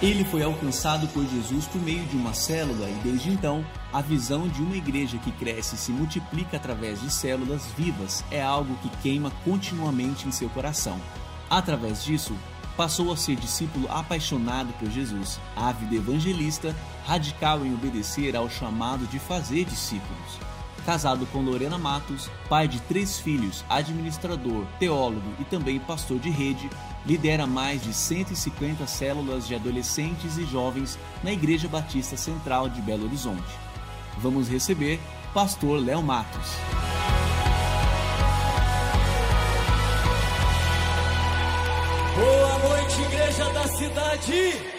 Ele foi alcançado por Jesus por meio de uma célula e desde então, a visão de uma igreja que cresce e se multiplica através de células vivas é algo que queima continuamente em seu coração. Através disso, passou a ser discípulo apaixonado por Jesus, ávido evangelista, radical em obedecer ao chamado de fazer discípulos. Casado com Lorena Matos, pai de 3 filhos, administrador, teólogo e também pastor de rede, lidera mais de 150 células de adolescentes e jovens na Igreja Batista Central de Belo Horizonte. Vamos receber Pastor Léo Matos. Boa noite, Igreja da Cidade.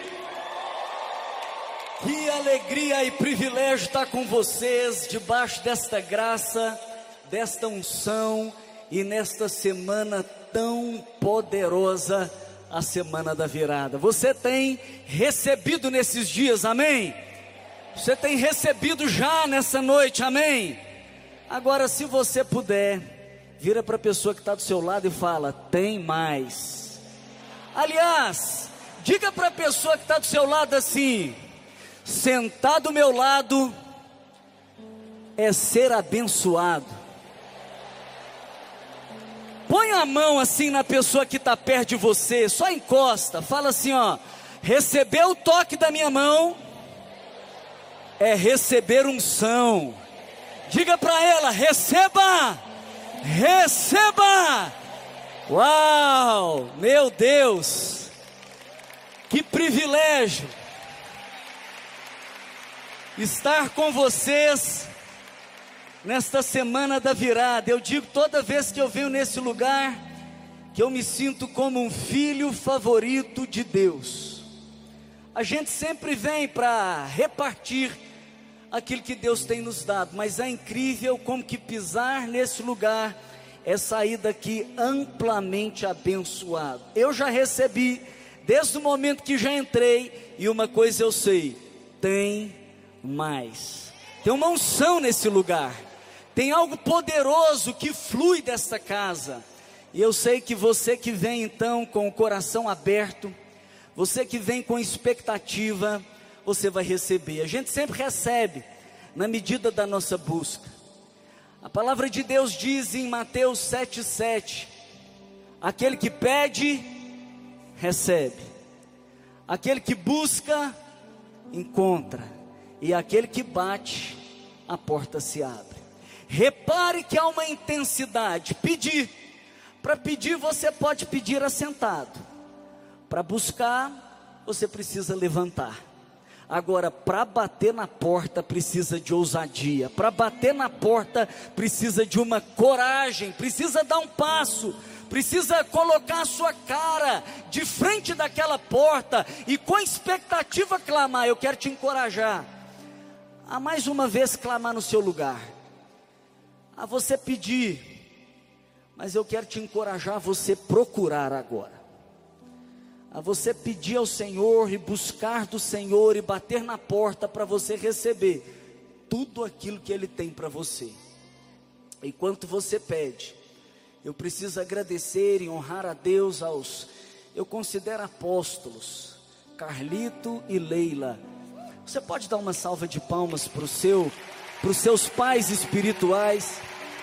Que alegria e privilégio estar com vocês, debaixo desta graça, desta unção e nesta semana tão poderosa, a semana da virada. Você tem recebido nesses dias, amém? Você tem recebido já nessa noite, amém? Agora, se você puder, vira para a pessoa que está do seu lado e fala: tem mais. Aliás, diga para a pessoa que está do seu lado assim: sentar do meu lado é ser abençoado. Põe a mão assim na pessoa que está perto de você, só encosta, fala assim, ó: receber o toque da minha mão é receber unção. Diga para ela: receba, receba. Uau, meu Deus, que privilégio estar com vocês nesta semana da virada. Eu digo toda vez que eu venho nesse lugar que eu me sinto como um filho favorito de Deus. A gente sempre vem para repartir aquilo que Deus tem nos dado, mas é incrível como que pisar nesse lugar é sair daqui amplamente abençoado. Eu já recebi desde o momento que já entrei, e uma coisa eu sei: tem mais. Tem uma unção nesse lugar, tem algo poderoso que flui desta casa. E eu sei que você que vem então com o coração aberto, você que vem com expectativa, você vai receber. A gente sempre recebe na medida da nossa busca. A palavra de Deus diz em Mateus 7,7: aquele que pede, recebe; aquele que busca, encontra; e aquele que bate, a porta se abre. Repare que há uma intensidade. Pedir. Para pedir você pode pedir assentado. Para buscar você precisa levantar. Agora, para bater na porta precisa de ousadia. Para bater na porta precisa de uma coragem. Precisa dar um passo. Precisa colocar a sua cara de frente daquela porta e com expectativa clamar. Eu quero te encorajar a mais uma vez clamar no seu lugar, a você pedir, mas eu quero te encorajar a você procurar agora, a você pedir ao Senhor e buscar do Senhor e bater na porta para você receber tudo aquilo que Ele tem para você. Enquanto você pede, eu preciso agradecer e honrar a Deus eu considero apóstolos, Carlito e Leila. Você pode dar uma salva de palmas para os seus pais espirituais?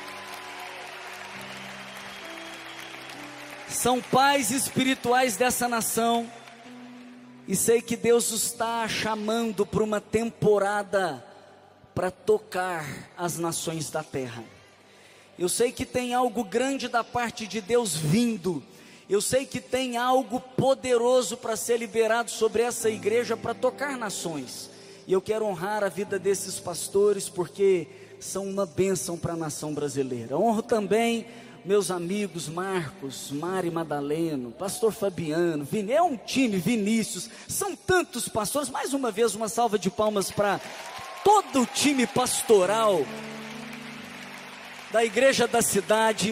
São pais espirituais dessa nação, e sei que Deus os está chamando para uma temporada para tocar as nações da terra. Eu sei que tem algo grande da parte de Deus vindo. Eu sei que tem algo poderoso para ser liberado sobre essa igreja para tocar nações. E eu quero honrar a vida desses pastores, porque são uma bênção para a nação brasileira. Honro também meus amigos Marcos, Mari Madaleno, pastor Fabiano, é um time, Vinícius, são tantos pastores. Mais uma vez uma salva de palmas para todo o time pastoral da Igreja da Cidade.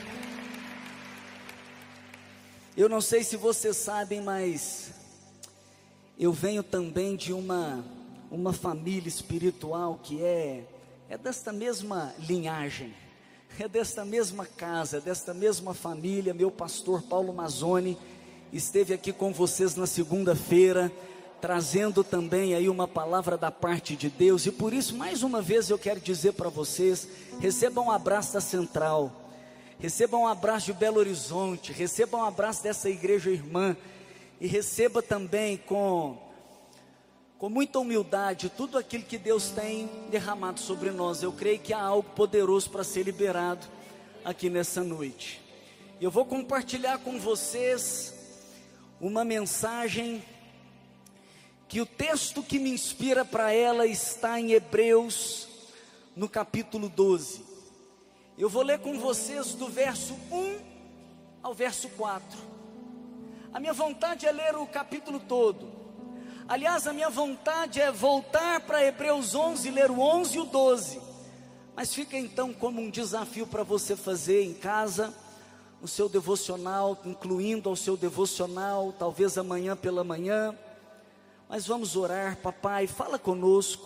Eu não sei se vocês sabem, mas eu venho também de uma família espiritual que é desta mesma linhagem, é desta mesma casa, é desta mesma família. Meu pastor Paulo Mazzoni esteve aqui com vocês na segunda-feira, trazendo também aí uma palavra da parte de Deus. E por isso, mais uma vez, eu quero dizer para vocês: recebam um abraço da Central, recebam um abraço de Belo Horizonte, recebam um abraço dessa igreja irmã, e receba também com muita humildade tudo aquilo que Deus tem derramado sobre nós. Eu creio que há algo poderoso para ser liberado aqui nessa noite. Eu vou compartilhar com vocês uma mensagem que o texto que me inspira para ela está em Hebreus, no capítulo 12. Eu vou ler com vocês do verso 1 ao verso 4. A minha vontade é ler o capítulo todo. Aliás, a minha vontade é voltar para Hebreus 11, ler o 11 e o 12. Mas fica então como um desafio para você fazer em casa, o seu devocional, incluindo ao seu devocional, talvez amanhã pela manhã. Mas vamos orar. Papai, fala conosco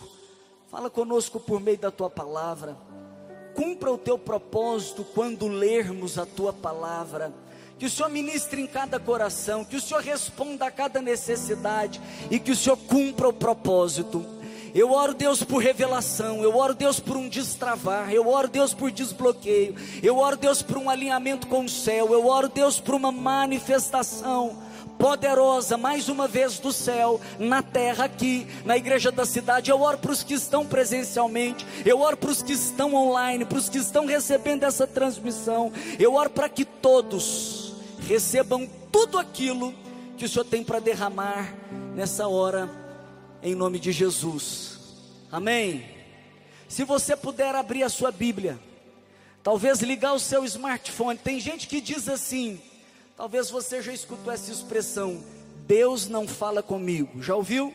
por meio da tua palavra. Cumpra o teu propósito quando lermos a tua palavra. Que o Senhor ministre em cada coração, que o Senhor responda a cada necessidade e que o Senhor cumpra o propósito. Eu oro, Deus, por revelação, eu oro, Deus, por um destravar, eu oro, Deus, por desbloqueio, eu oro, Deus, por um alinhamento com o céu, eu oro, Deus, por uma manifestação poderosa, mais uma vez do céu, na terra aqui, na igreja da cidade. Eu oro para os que estão presencialmente, eu oro para os que estão online, para os que estão recebendo essa transmissão. Eu oro para que todos recebam tudo aquilo que o Senhor tem para derramar nessa hora, em nome de Jesus, amém? Se você puder abrir a sua Bíblia, talvez ligar o seu smartphone. Tem gente que diz assim, talvez você já escutou essa expressão: Deus não fala comigo. Já ouviu?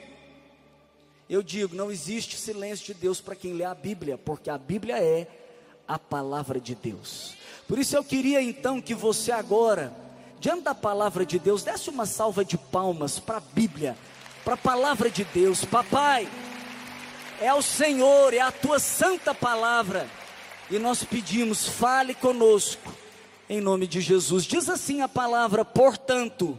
Eu digo, não existe silêncio de Deus para quem lê a Bíblia, porque a Bíblia é a palavra de Deus. Por isso eu queria então que você agora, diante da palavra de Deus, desse uma salva de palmas para a Bíblia, para a palavra de Deus. Papai, é o Senhor, é a tua santa palavra, e nós pedimos, fale conosco, em nome de Jesus. Diz assim a palavra: portanto,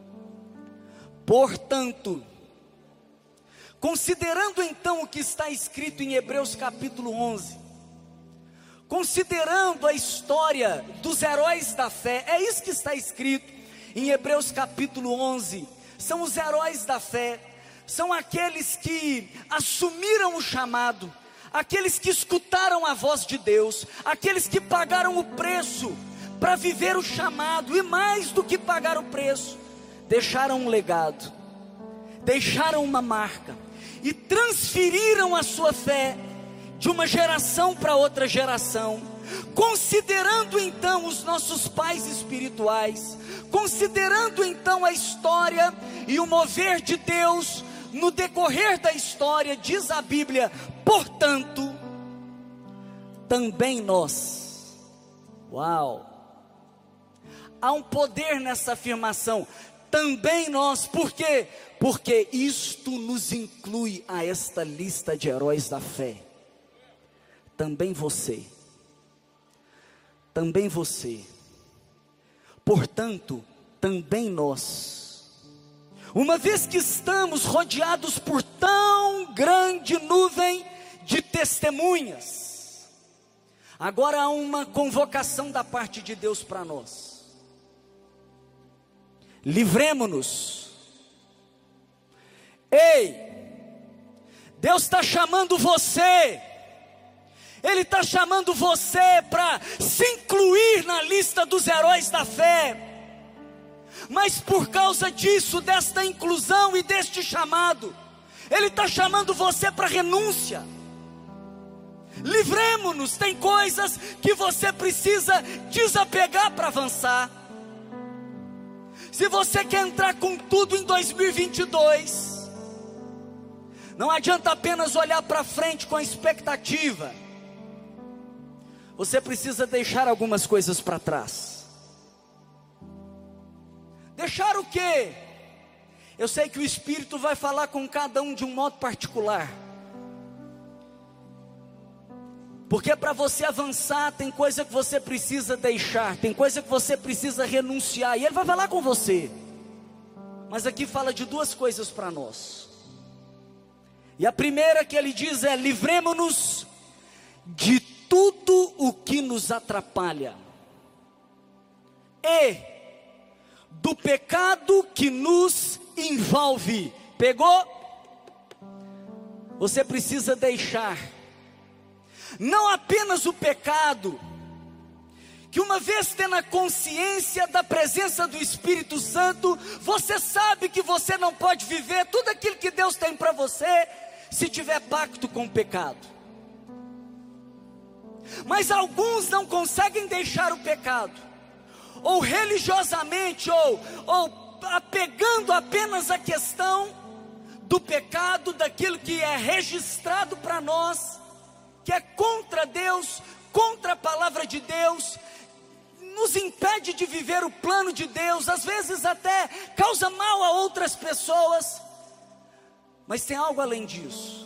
considerando então o que está escrito em Hebreus capítulo 11, considerando a história dos heróis da fé, é isso que está escrito em Hebreus capítulo 11, são os heróis da fé, são aqueles que assumiram o chamado, aqueles que escutaram a voz de Deus, aqueles que pagaram o preço para viver o chamado, e mais do que pagar o preço, deixaram um legado, deixaram uma marca, e transferiram a sua fé de uma geração para outra geração. Considerando então os nossos pais espirituais, considerando então a história e o mover de Deus no decorrer da história, diz a Bíblia, portanto, também nós. Uau! Há um poder nessa afirmação, também nós. Por quê? Porque isto nos inclui a esta lista de heróis da fé. Também você, portanto, também nós, uma vez que estamos rodeados por tão grande nuvem de testemunhas, agora há uma convocação da parte de Deus para nós. Livremo-nos. Ei, Deus está chamando você. Ele está chamando você para se incluir na lista dos heróis da fé. Mas por causa disso, desta inclusão e deste chamado, Ele está chamando você para renúncia. Livremo-nos. Tem coisas que você precisa desapegar para avançar. Se você quer entrar com tudo em 2022, não adianta apenas olhar para frente com expectativa. Você precisa deixar algumas coisas para trás. Deixar o quê? Eu sei que o Espírito vai falar com cada um de um modo particular. Porque para você avançar, tem coisa que você precisa deixar, tem coisa que você precisa renunciar, e Ele vai falar com você. Mas aqui fala de duas coisas para nós. E a primeira que ele diz é: livremo-nos de tudo o que nos atrapalha e do pecado que nos envolve. Pegou? Você precisa deixar não apenas o pecado, que uma vez tendo a consciência da presença do Espírito Santo, você sabe que você não pode viver tudo aquilo que Deus tem para você, se tiver pacto com o pecado. Mas alguns não conseguem deixar o pecado, ou religiosamente, ou apegando apenas a questão do pecado, daquilo que é registrado para nós, que é contra Deus, contra a palavra de Deus, nos impede de viver o plano de Deus, às vezes até causa mal a outras pessoas. Mas tem algo além disso.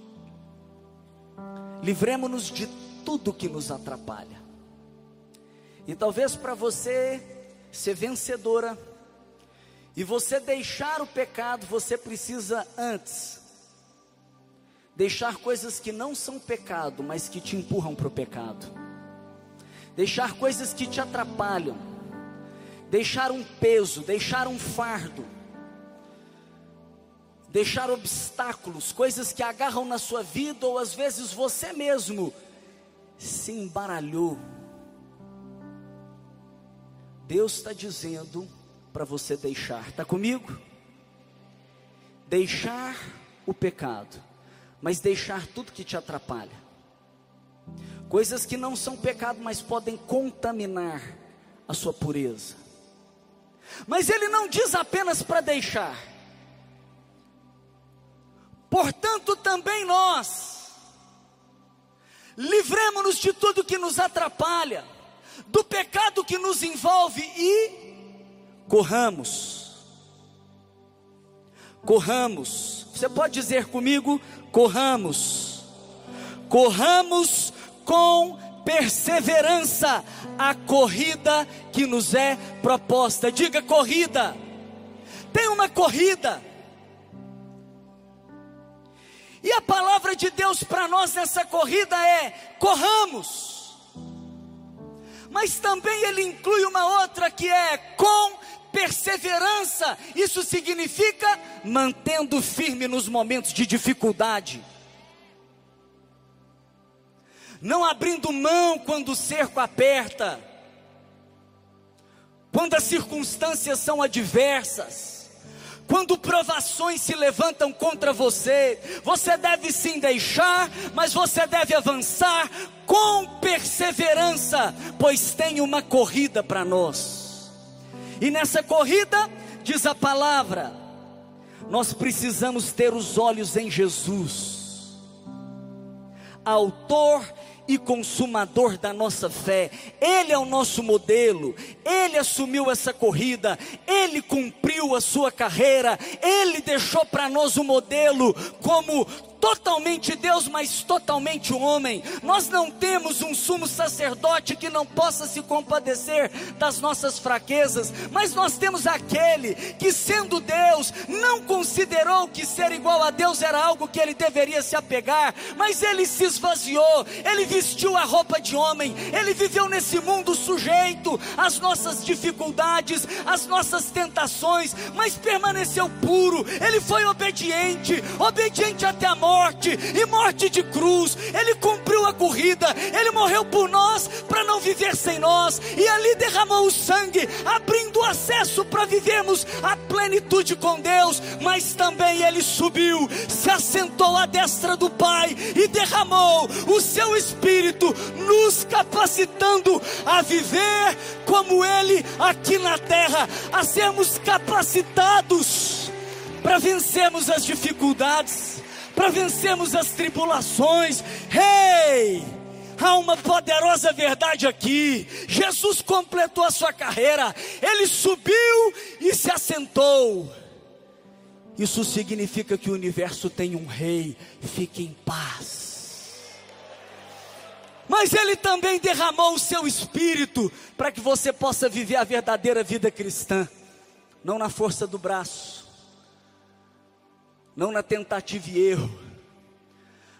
Livremo-nos de tudo que nos atrapalha. E talvez para você ser vencedora e você deixar o pecado, você precisa antes deixar coisas que não são pecado, mas que te empurram para o pecado. Deixar coisas que te atrapalham, deixar um peso, deixar um fardo, deixar obstáculos, coisas que agarram na sua vida, ou às vezes você mesmo se embaralhou. Deus está dizendo para você deixar. Está comigo? Deixar o pecado, mas deixar tudo que te atrapalha. Coisas que não são pecado, mas podem contaminar a sua pureza. Mas ele não diz apenas para deixar. Portanto, também nós livremo-nos de tudo que nos atrapalha, do pecado que nos envolve, e corramos. Corramos. Você pode dizer comigo: corramos. Corramos com perseverança a corrida que nos é proposta. Diga: corrida. Tem uma corrida. E a palavra de Deus para nós nessa corrida é: corramos. Mas também ele inclui uma outra que é com perseverança. Isso significa mantendo firme nos momentos de dificuldade, não abrindo mão quando o cerco aperta, quando as circunstâncias são adversas, quando provações se levantam contra você. Você deve sim deixar, mas você deve avançar com perseverança, pois tem uma corrida para nós. E nessa corrida, diz a palavra, nós precisamos ter os olhos em Jesus, autor e consumador da nossa fé. Ele é o nosso modelo, ele assumiu essa corrida, ele cumpriu a sua carreira, ele deixou para nós um modelo como totalmente Deus, mas totalmente homem. Nós não temos um sumo sacerdote que não possa se compadecer das nossas fraquezas, mas nós temos aquele que, sendo Deus, não considerou que ser igual a Deus era algo que ele deveria se apegar, mas ele se esvaziou, ele vestiu a roupa de homem, ele viveu nesse mundo sujeito às nossas dificuldades, às nossas tentações, mas permaneceu puro. Ele foi obediente até a morte, e morte de cruz. Ele cumpriu a corrida, ele morreu por nós, para não viver sem nós, e ali derramou o sangue, abrindo acesso para vivermos a plenitude com Deus. Mas também ele subiu, se assentou à destra do Pai, e derramou o seu Espírito, nos capacitando a viver como ele aqui na terra, a sermos capacitados para vencermos as dificuldades, para vencermos as tribulações. Há uma poderosa verdade aqui. Jesus completou a sua carreira, ele subiu e se assentou. Isso significa que o universo tem um rei. Fique em paz. Mas ele também derramou o seu Espírito para que você possa viver a verdadeira vida cristã, não na força do braço, não na tentativa e erro,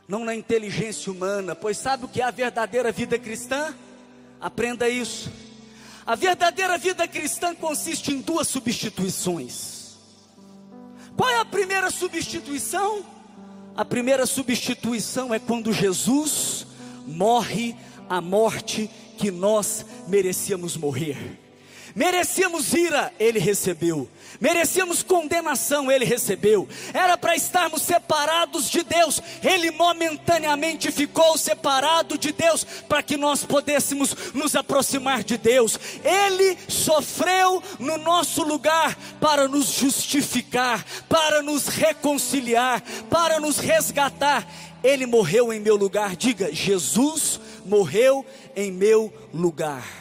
não na inteligência humana, pois sabe o que é a verdadeira vida cristã? Aprenda isso. A verdadeira vida cristã consiste em 2 substituições. Qual é a primeira substituição? A primeira substituição é quando Jesus morre a morte que nós merecíamos morrer. Merecíamos ira, Ele recebeu. Merecíamos condenação, Ele recebeu. Era para estarmos separados de Deus, Ele momentaneamente ficou separado de Deus, para que nós pudéssemos nos aproximar de Deus. Ele sofreu no nosso lugar, para nos justificar, para nos reconciliar, para nos resgatar. Ele morreu em meu lugar. Diga: Jesus morreu em meu lugar.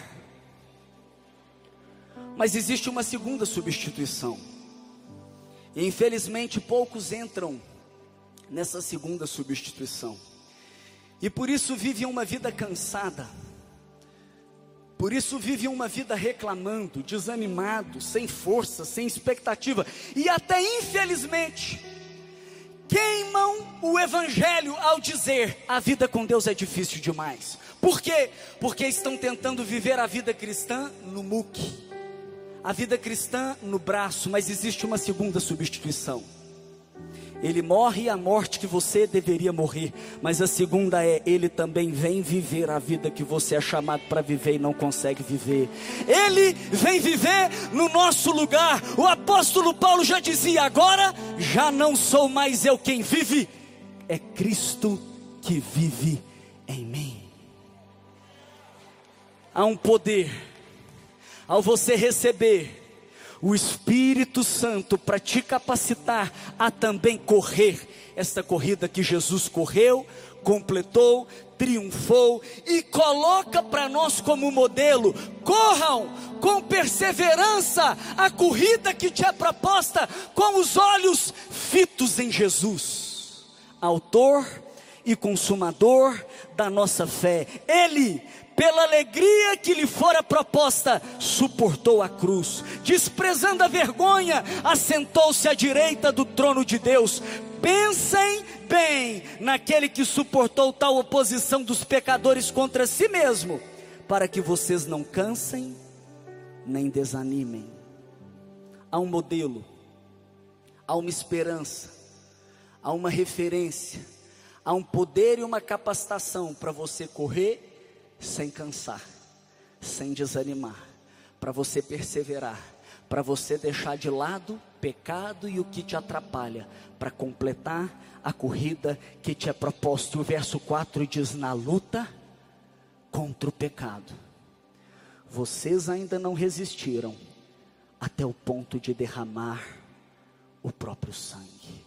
Mas existe uma segunda substituição, e infelizmente poucos entram nessa segunda substituição, e por isso vivem uma vida cansada, por isso vivem uma vida reclamando, desanimado, sem força, sem expectativa, e até infelizmente queimam o evangelho ao dizer: a vida com Deus é difícil demais. Por quê? Porque estão tentando viver a vida cristã no muque, a vida cristã no braço. Mas existe uma segunda substituição. Ele morre a morte que você deveria morrer, mas a segunda é: Ele também vem viver a vida que você é chamado para viver e não consegue viver. Ele vem viver no nosso lugar. O apóstolo Paulo já dizia: agora já não sou mais eu quem vive, é Cristo que vive em mim. Há um poder ao você receber o Espírito Santo para te capacitar a também correr esta corrida que Jesus correu, completou, triunfou e coloca para nós como modelo. Corram com perseverança a corrida que te é proposta, com os olhos fitos em Jesus, autor e consumador da nossa fé. Ele, pela alegria que lhe fora proposta, suportou a cruz, desprezando a vergonha, assentou-se à direita do trono de Deus. Pensem bem naquele que suportou tal oposição dos pecadores contra si mesmo, para que vocês não cansem, nem desanimem. Há um modelo, há uma esperança, há uma referência, há um poder e uma capacitação para você correr sem cansar, sem desanimar, para você perseverar, para você deixar de lado pecado e o que te atrapalha, para completar a corrida que te é proposta. O verso 4 diz: na luta contra o pecado, vocês ainda não resistiram até o ponto de derramar o próprio sangue.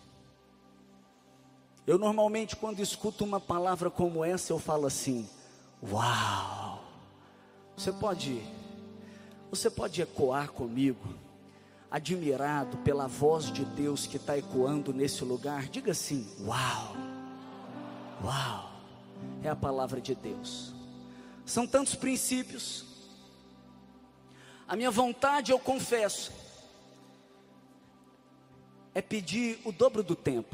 Eu normalmente, quando escuto uma palavra como essa, eu falo assim: uau! Você pode ecoar comigo, admirado pela voz de Deus que está ecoando nesse lugar? Diga assim: uau! Uau! É a palavra de Deus. São tantos princípios. A minha vontade, eu confesso, é pedir o dobro do tempo,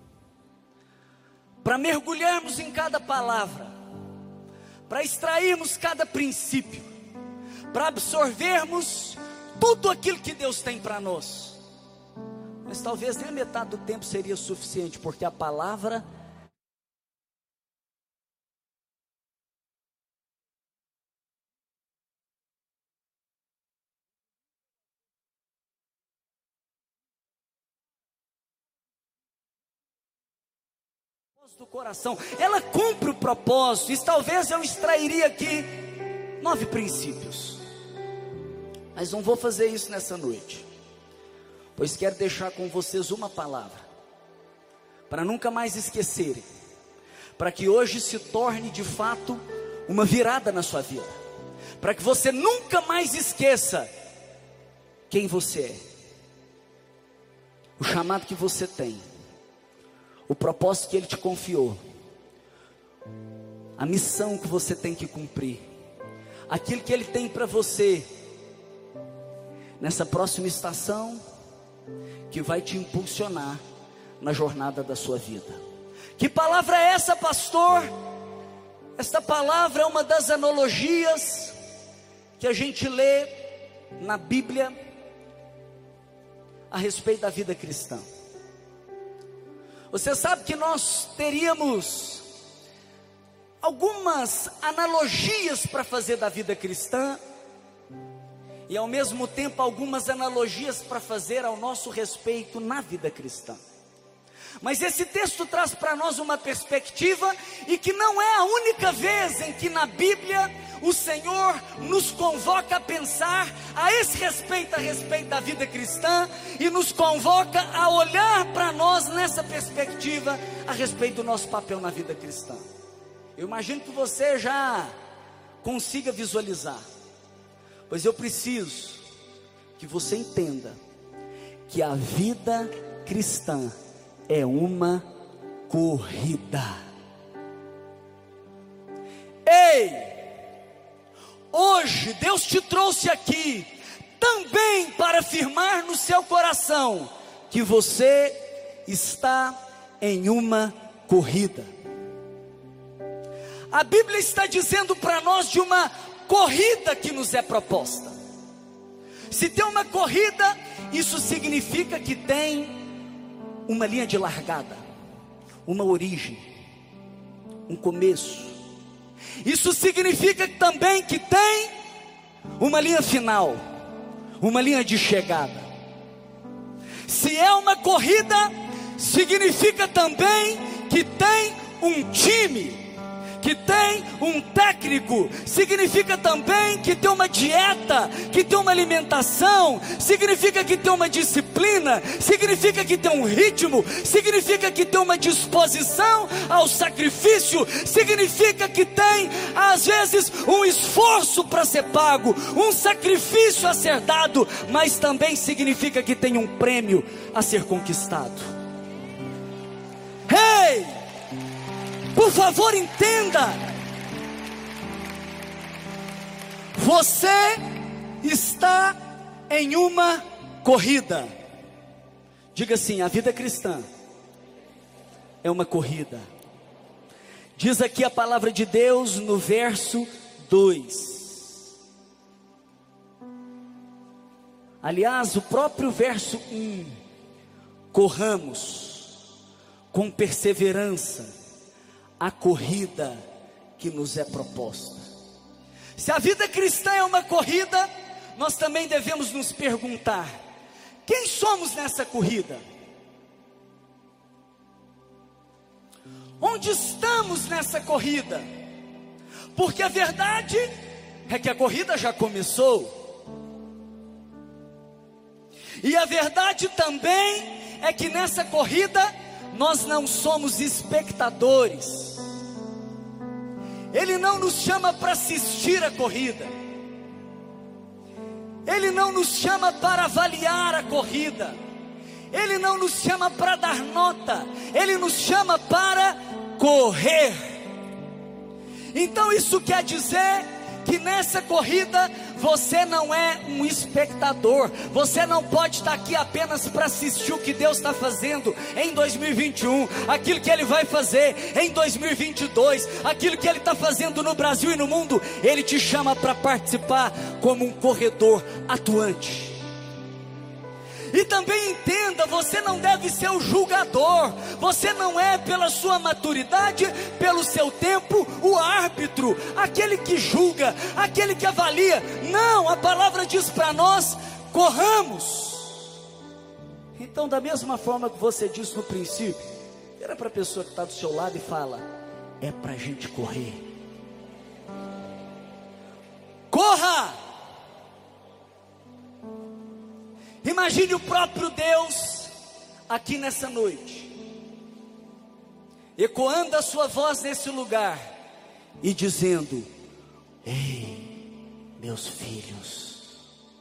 para mergulharmos em cada palavra, para extrairmos cada princípio, para absorvermos tudo aquilo que Deus tem para nós. Mas talvez nem a metade do tempo seria suficiente, porque a palavra do coração, ela cumpre o propósito. E talvez eu extrairia aqui 9 princípios, mas não vou fazer isso nessa noite, pois quero deixar com vocês uma palavra, para nunca mais esquecerem, para que hoje se torne de fato uma virada na sua vida, para que você nunca mais esqueça quem você é, o chamado que você tem, o propósito que Ele te confiou, a missão que você tem que cumprir, aquilo que Ele tem para você nessa próxima estação, que vai te impulsionar na jornada da sua vida. Que palavra é essa, pastor? Esta palavra é uma das analogias que a gente lê na Bíblia a respeito da vida cristã. Você sabe que nós teríamos algumas analogias para fazer da vida cristã, e ao mesmo tempo algumas analogias para fazer ao nosso respeito na vida cristã. Mas esse texto traz para nós uma perspectiva, e que não é a única vez em que na Bíblia o Senhor nos convoca a pensar a esse respeito da vida cristã, e nos convoca a olhar para nós nessa perspectiva a respeito do nosso papel na vida cristã. Eu imagino que você já consiga visualizar, pois eu preciso que você entenda que a vida cristã é uma corrida. Ei, hoje Deus te trouxe aqui também para afirmar no seu coração que você está em uma corrida. A Bíblia está dizendo para nós de uma corrida que nos é proposta. Se tem uma corrida, isso significa que tem uma linha de largada, uma origem, um começo. Isso significa também que tem uma linha final, uma linha de chegada. Se é uma corrida, significa também que tem um time, que tem um técnico, significa também que tem uma dieta, que tem uma alimentação, significa que tem uma disciplina, significa que tem um ritmo, significa que tem uma disposição ao sacrifício, significa que tem às vezes um esforço para ser pago, um sacrifício a ser dado, mas também significa que tem um prêmio a ser conquistado. Hey! Por favor, entenda. Você está em uma corrida. Diga assim: a vida cristã é uma corrida. Diz aqui a palavra de Deus no verso 2. Aliás, o próprio verso 1. Corramos com perseverança a corrida que nos é proposta. Se a vida cristã é uma corrida, nós também devemos nos perguntar: quem somos nessa corrida? Onde estamos nessa corrida? Porque a verdade é que a corrida já começou. E a verdade também é que nessa corrida nós não somos espectadores. Ele não nos chama para assistir a corrida. Ele não nos chama para avaliar a corrida. Ele não nos chama para dar nota. Ele nos chama para correr. Então isso quer dizer que nessa corrida você não é um espectador. Você não pode estar aqui apenas para assistir o que Deus está fazendo em 2021, aquilo que Ele vai fazer em 2022, aquilo que Ele está fazendo no Brasil e no mundo. Ele te chama para participar como um corredor atuante. E também entenda, você não deve ser o julgador. Você não é, pela sua maturidade, pelo seu tempo, o árbitro, aquele que julga, aquele que avalia. Não, a palavra diz para nós: corramos. Então, da mesma forma que você disse no princípio, vira para a pessoa que está do seu lado e fala: é para a gente correr. Corra! Imagine o próprio Deus aqui nessa noite, ecoando a sua voz nesse lugar e dizendo: ei, meus filhos,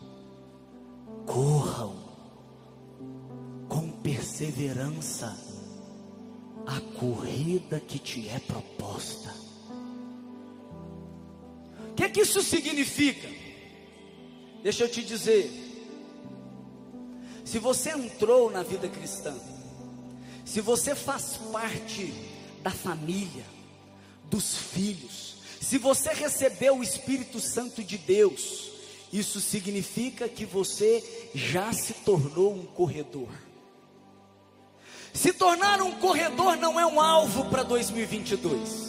corram com perseverança a corrida que te é proposta. O que isso significa? Deixa eu te dizer. Se você entrou na vida cristã, se você faz parte da família, dos filhos. Se você recebeu o Espírito Santo de Deus, isso significa que você já se tornou um corredor. Se tornar um corredor não é um alvo para 2022.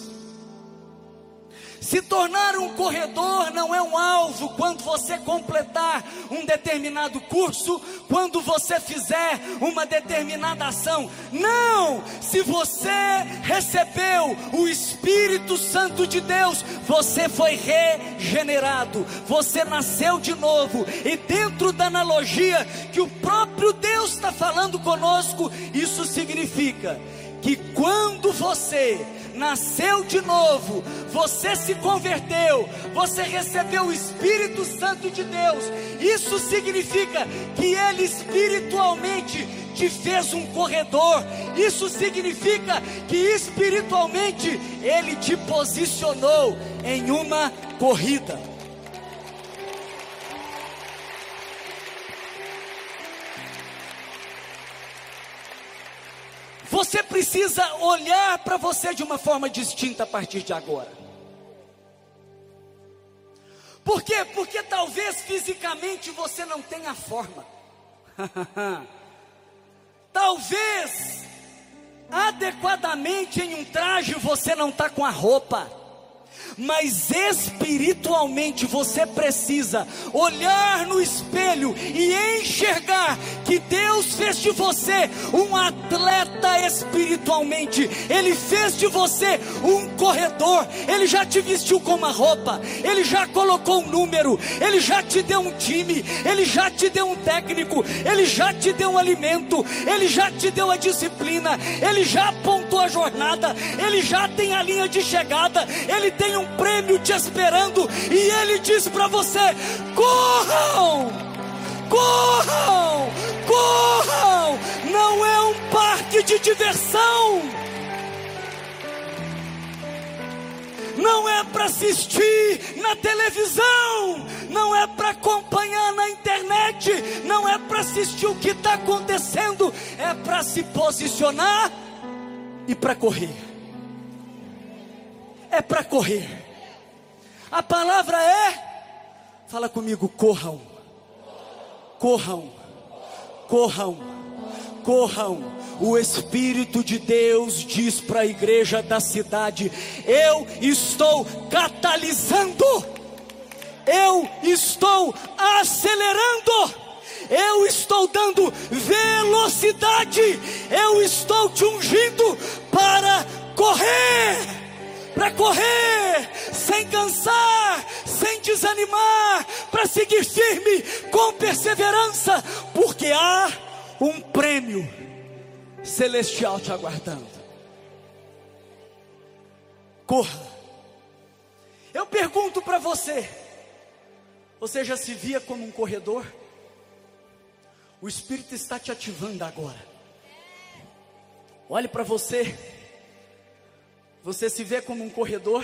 Se tornar um corredor não é um alvo quando você completar um determinado curso, quando você fizer uma determinada ação. Não! Se você recebeu o Espírito Santo de Deus, você foi regenerado, você nasceu de novo. E dentro da analogia que o próprio Deus está falando conosco, isso significa que quando você nasceu de novo, você se converteu, você recebeu o Espírito Santo de Deus, isso significa que Ele espiritualmente te fez um corredor, isso significa que espiritualmente Ele te posicionou em uma corrida. Você precisa olhar para você de uma forma distinta a partir de agora. Por quê? Porque talvez fisicamente você não tenha forma. Talvez adequadamente em um traje você não está com a roupa. Mas espiritualmente você precisa olhar no espelho e enxergar que Deus fez de você um atleta espiritualmente. Ele fez de você um corredor. Ele já te vestiu com uma roupa, Ele já colocou um número, Ele já te deu um time, Ele já te deu um técnico, Ele já te deu um alimento, Ele já te deu a disciplina, Ele já apontou a jornada, Ele já tem a linha de chegada, Ele tem um prêmio te esperando, e Ele diz para você: corram, corram, corram. Não é um parque de diversão, não é para assistir na televisão, não é para acompanhar na internet, não é para assistir o que está acontecendo, é para se posicionar e para correr. É para correr. A palavra é, fala comigo, corram, corram, corram, corram. O Espírito de Deus diz para a igreja da cidade: eu estou catalisando, eu estou acelerando, eu estou dando velocidade, eu estou te ungindo para correr. Para correr, sem cansar, sem desanimar, para seguir firme, com perseverança, porque há um prêmio celestial te aguardando. Corra. Eu pergunto para você: você já se via como um corredor? O Espírito está te ativando agora. Olhe para você. Você se vê como um corredor?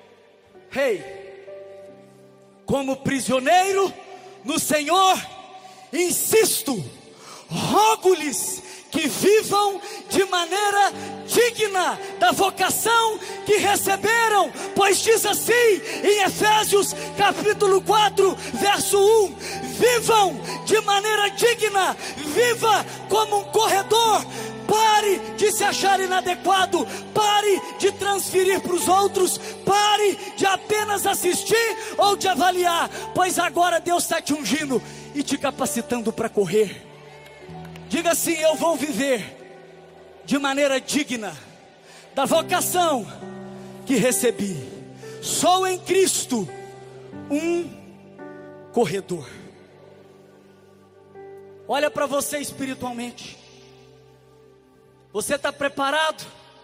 Como prisioneiro no Senhor, insisto, rogo-lhes que vivam de maneira digna da vocação que receberam, pois diz assim em Efésios capítulo 4, verso 1: vivam de maneira digna, viva como um corredor. Pare de se achar inadequado, pare de transferir para os outros, pare de apenas assistir ou de avaliar, pois agora Deus está te ungindo e te capacitando para correr. Diga assim: eu vou viver de maneira digna da vocação que recebi. Sou em Cristo um corredor. Olha para você espiritualmente. Você está preparado?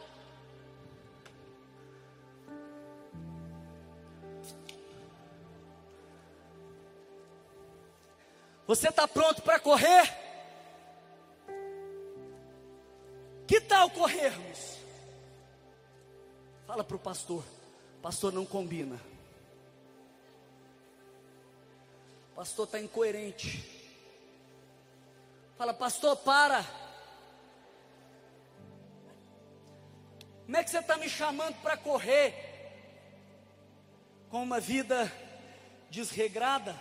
Você está pronto para correr? Que tal corrermos? Fala para o pastor: pastor, não combina. Pastor está incoerente. Fala: pastor, para. Como é que você está me chamando para correr com uma vida desregrada?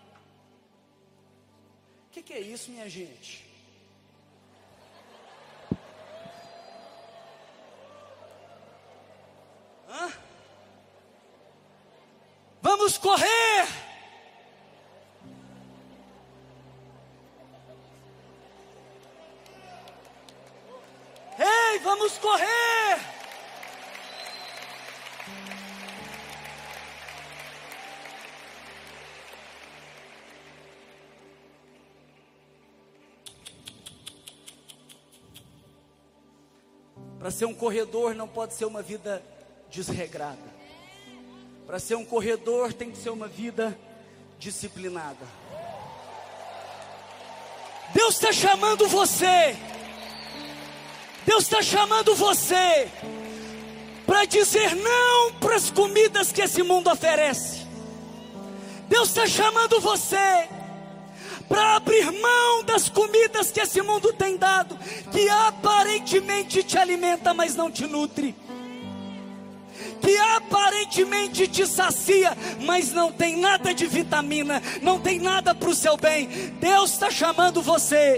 O que é isso, minha gente? Hã? Vamos correr! Ei, vamos correr! Para ser um corredor não pode ser uma vida desregrada. Para ser um corredor tem que ser uma vida disciplinada. Deus está chamando você. Deus está chamando você para dizer não para as comidas que esse mundo oferece. Deus está chamando você para abrir mão das comidas que esse mundo tem dado, que aparentemente te alimenta, mas não te nutre, que aparentemente te sacia, mas não tem nada de vitamina, não tem nada para o seu bem. Deus está chamando você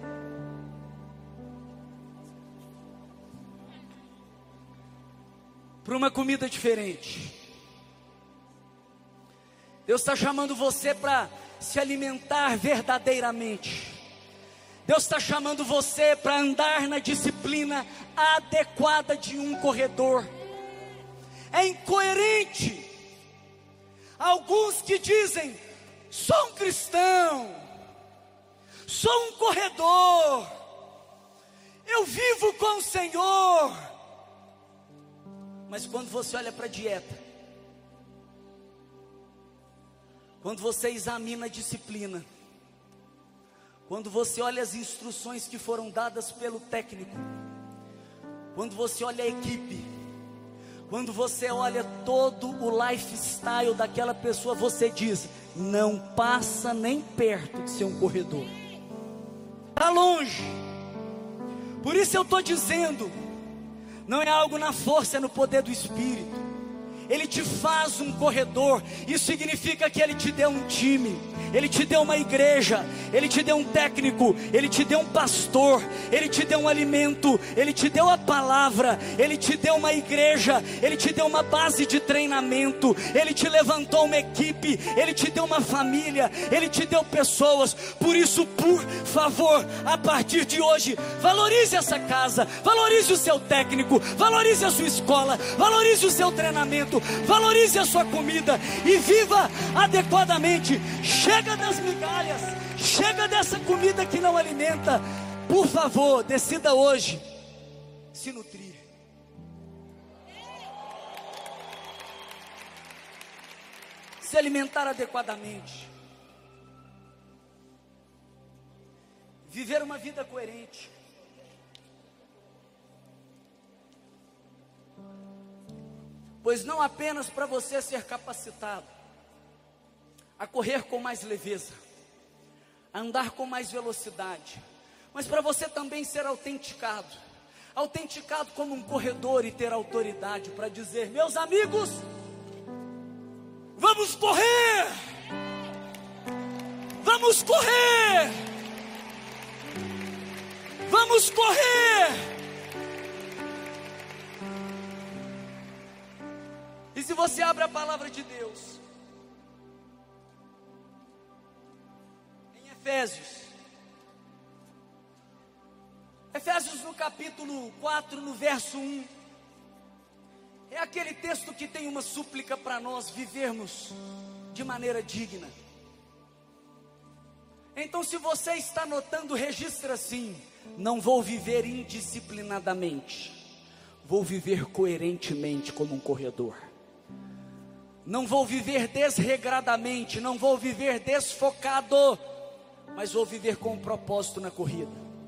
para uma comida diferente. Deus está chamando você para se alimentar verdadeiramente. Deus está chamando você para andar na disciplina adequada de um corredor. É incoerente alguns que dizem: sou um cristão, sou um corredor, eu vivo com o Senhor. Mas quando você olha para a dieta, quando você examina a disciplina, quando você olha as instruções que foram dadas pelo técnico, quando você olha a equipe, quando você olha todo o lifestyle daquela pessoa, você diz: não passa nem perto de ser um corredor, está longe. Por isso eu estou dizendo, não é algo na força, é no poder do Espírito. Ele te faz um corredor. Isso significa que Ele te deu um time, Ele te deu uma igreja, Ele te deu um técnico, Ele te deu um pastor, Ele te deu um alimento, Ele te deu a palavra, Ele te deu uma igreja, Ele te deu uma base de treinamento, Ele te levantou uma equipe, Ele te deu uma família, Ele te deu pessoas. Por isso, por favor, a partir de hoje, valorize essa casa, valorize o seu técnico, valorize a sua escola, valorize o seu treinamento, valorize a sua comida e viva adequadamente. Chega das migalhas, chega dessa comida que não alimenta. Por favor, decida hoje se nutrir. Se alimentar adequadamente. Viver uma vida coerente. Pois não apenas para você ser capacitado a correr com mais leveza, a andar com mais velocidade, mas para você também ser autenticado como um corredor e ter autoridade para dizer: meus amigos, vamos correr, vamos correr, vamos correr. E se você abre a palavra de Deus em Efésios no capítulo 4, no verso 1, é aquele texto que tem uma súplica para nós vivermos de maneira digna. Então, se você está anotando, registra assim: não vou viver indisciplinadamente, vou viver coerentemente como um corredor. Não vou viver desregradamente, não vou viver desfocado, mas vou viver com um propósito na corrida.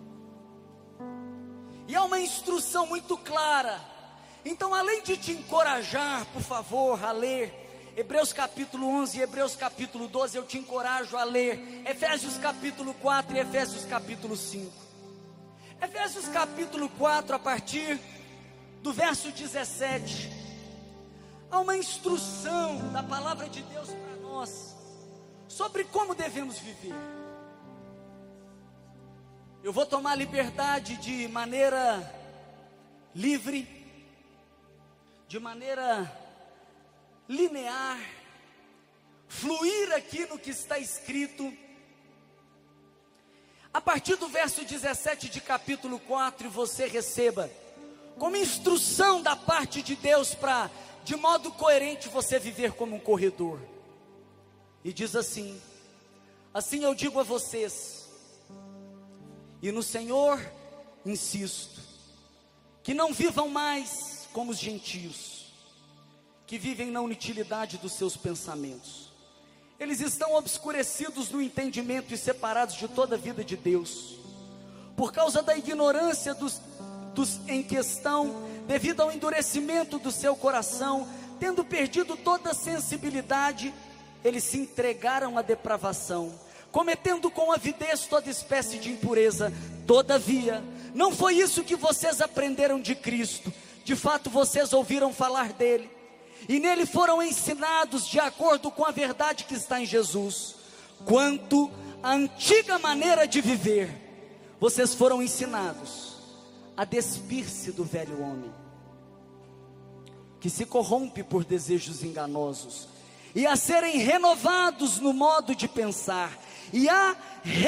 E há uma instrução muito clara. Então, além de te encorajar, por favor, a ler Hebreus capítulo 11 e Hebreus capítulo 12, eu te encorajo a ler Efésios capítulo 4 e Efésios capítulo 5. Efésios capítulo 4, a partir do verso 17, há uma instrução da palavra de Deus para nós, sobre como devemos viver. Eu vou tomar liberdade de maneira livre, de maneira linear, fluir aqui no que está escrito. A partir do verso 17 de capítulo 4, você receba como instrução da parte de Deus para, de modo coerente, você viver como um corredor. E diz assim: assim eu digo a vocês, e no Senhor insisto, que não vivam mais como os gentios, que vivem na inutilidade dos seus pensamentos. Eles estão obscurecidos no entendimento e separados de toda a vida de Deus, por causa da ignorância dos em questão, devido ao endurecimento do seu coração. Tendo perdido toda a sensibilidade, eles se entregaram à depravação, cometendo com avidez toda espécie de impureza. Todavia, não foi isso que vocês aprenderam de Cristo. De fato, vocês ouviram falar dele, e nele foram ensinados de acordo com a verdade que está em Jesus. Quanto à antiga maneira de viver, vocês foram ensinados a despir-se do velho homem, que se corrompe por desejos enganosos, e a serem renovados no modo de pensar, e a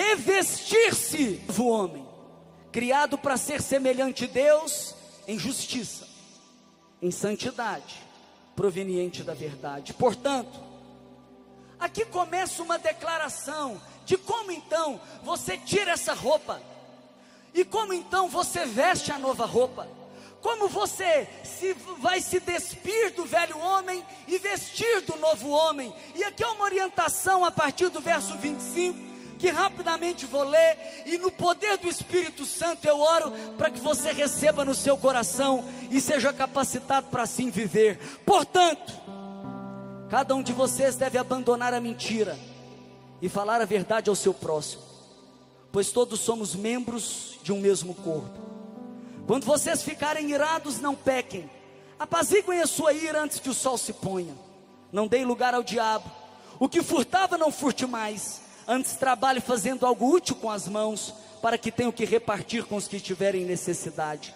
revestir-se do homem, criado para ser semelhante a Deus em justiça, em santidade, proveniente da verdade. Portanto, aqui começa uma declaração de como então você tira essa roupa, e como então você veste a nova roupa, como você vai se despir do velho homem e vestir do novo homem. E aqui é uma orientação a partir do verso 25, que rapidamente vou ler, e no poder do Espírito Santo eu oro para que você receba no seu coração e seja capacitado para assim viver. Portanto, cada um de vocês deve abandonar a mentira e falar a verdade ao seu próximo, pois todos somos membros de um mesmo corpo. Quando vocês ficarem irados, não pequem, apaziguem a sua ira antes que o sol se ponha. Não deem lugar ao diabo. O que furtava, não furte mais, antes trabalhe fazendo algo útil com as mãos, para que tenham que repartir com os que tiverem necessidade.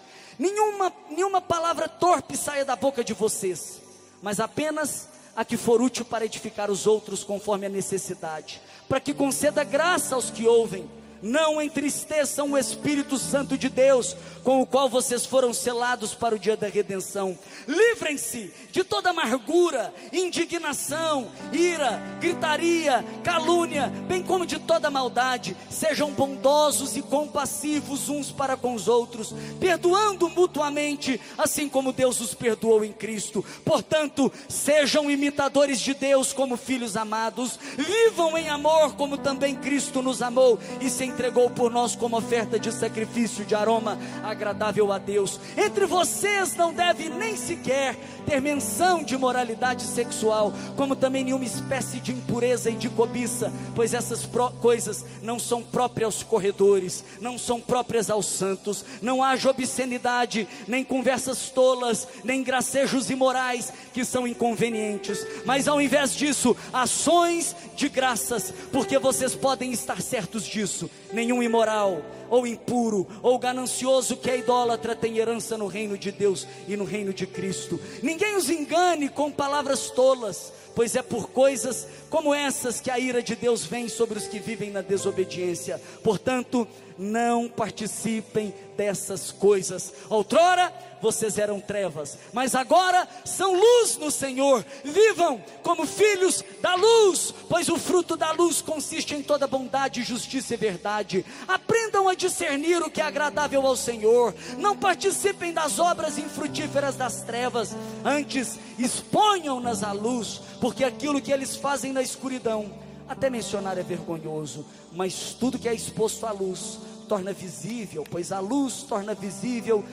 Nenhuma palavra torpe saia da boca de vocês, mas apenas a que for útil para edificar os outros conforme a necessidade, para que conceda graça aos que ouvem. Não entristeçam o Espírito Santo de Deus, com o qual vocês foram selados para o dia da redenção. Livrem-se de toda amargura, indignação, ira, gritaria, calúnia, bem como de toda maldade. Sejam bondosos e compassivos uns para com os outros, perdoando mutuamente, assim como Deus os perdoou em Cristo. Portanto, sejam imitadores de Deus como filhos amados. Vivam em amor, como também Cristo nos amou e se entregou por nós como oferta de sacrifício de aroma agradável a Deus. Entre vocês não deve nem sequer ter menção de moralidade sexual, como também nenhuma espécie de impureza e de cobiça, pois essas coisas não são próprias aos corredores, não são próprias aos santos. Não haja obscenidade, nem conversas tolas, nem gracejos imorais, que são inconvenientes, mas ao invés disso, ações de graças, porque vocês podem estar certos disso: nenhum imoral, ou impuro, ou ganancioso que é idólatra tem herança no reino de Deus e no reino de Cristo. Ninguém os engane com palavras tolas, pois é por coisas como essas que a ira de Deus vem sobre os que vivem na desobediência. Portanto, não participem dessas coisas. Outrora vocês eram trevas, mas agora são luz no Senhor. Vivam como filhos da luz, pois o fruto da luz consiste em toda bondade, justiça e verdade. Aprendam a discernir o que é agradável ao Senhor. Não participem das obras infrutíferas das trevas, antes exponham-nas à luz, porque aquilo que eles fazem na escuridão, até mencionar é vergonhoso, mas tudo que é exposto à luz torna visível, pois a luz torna visível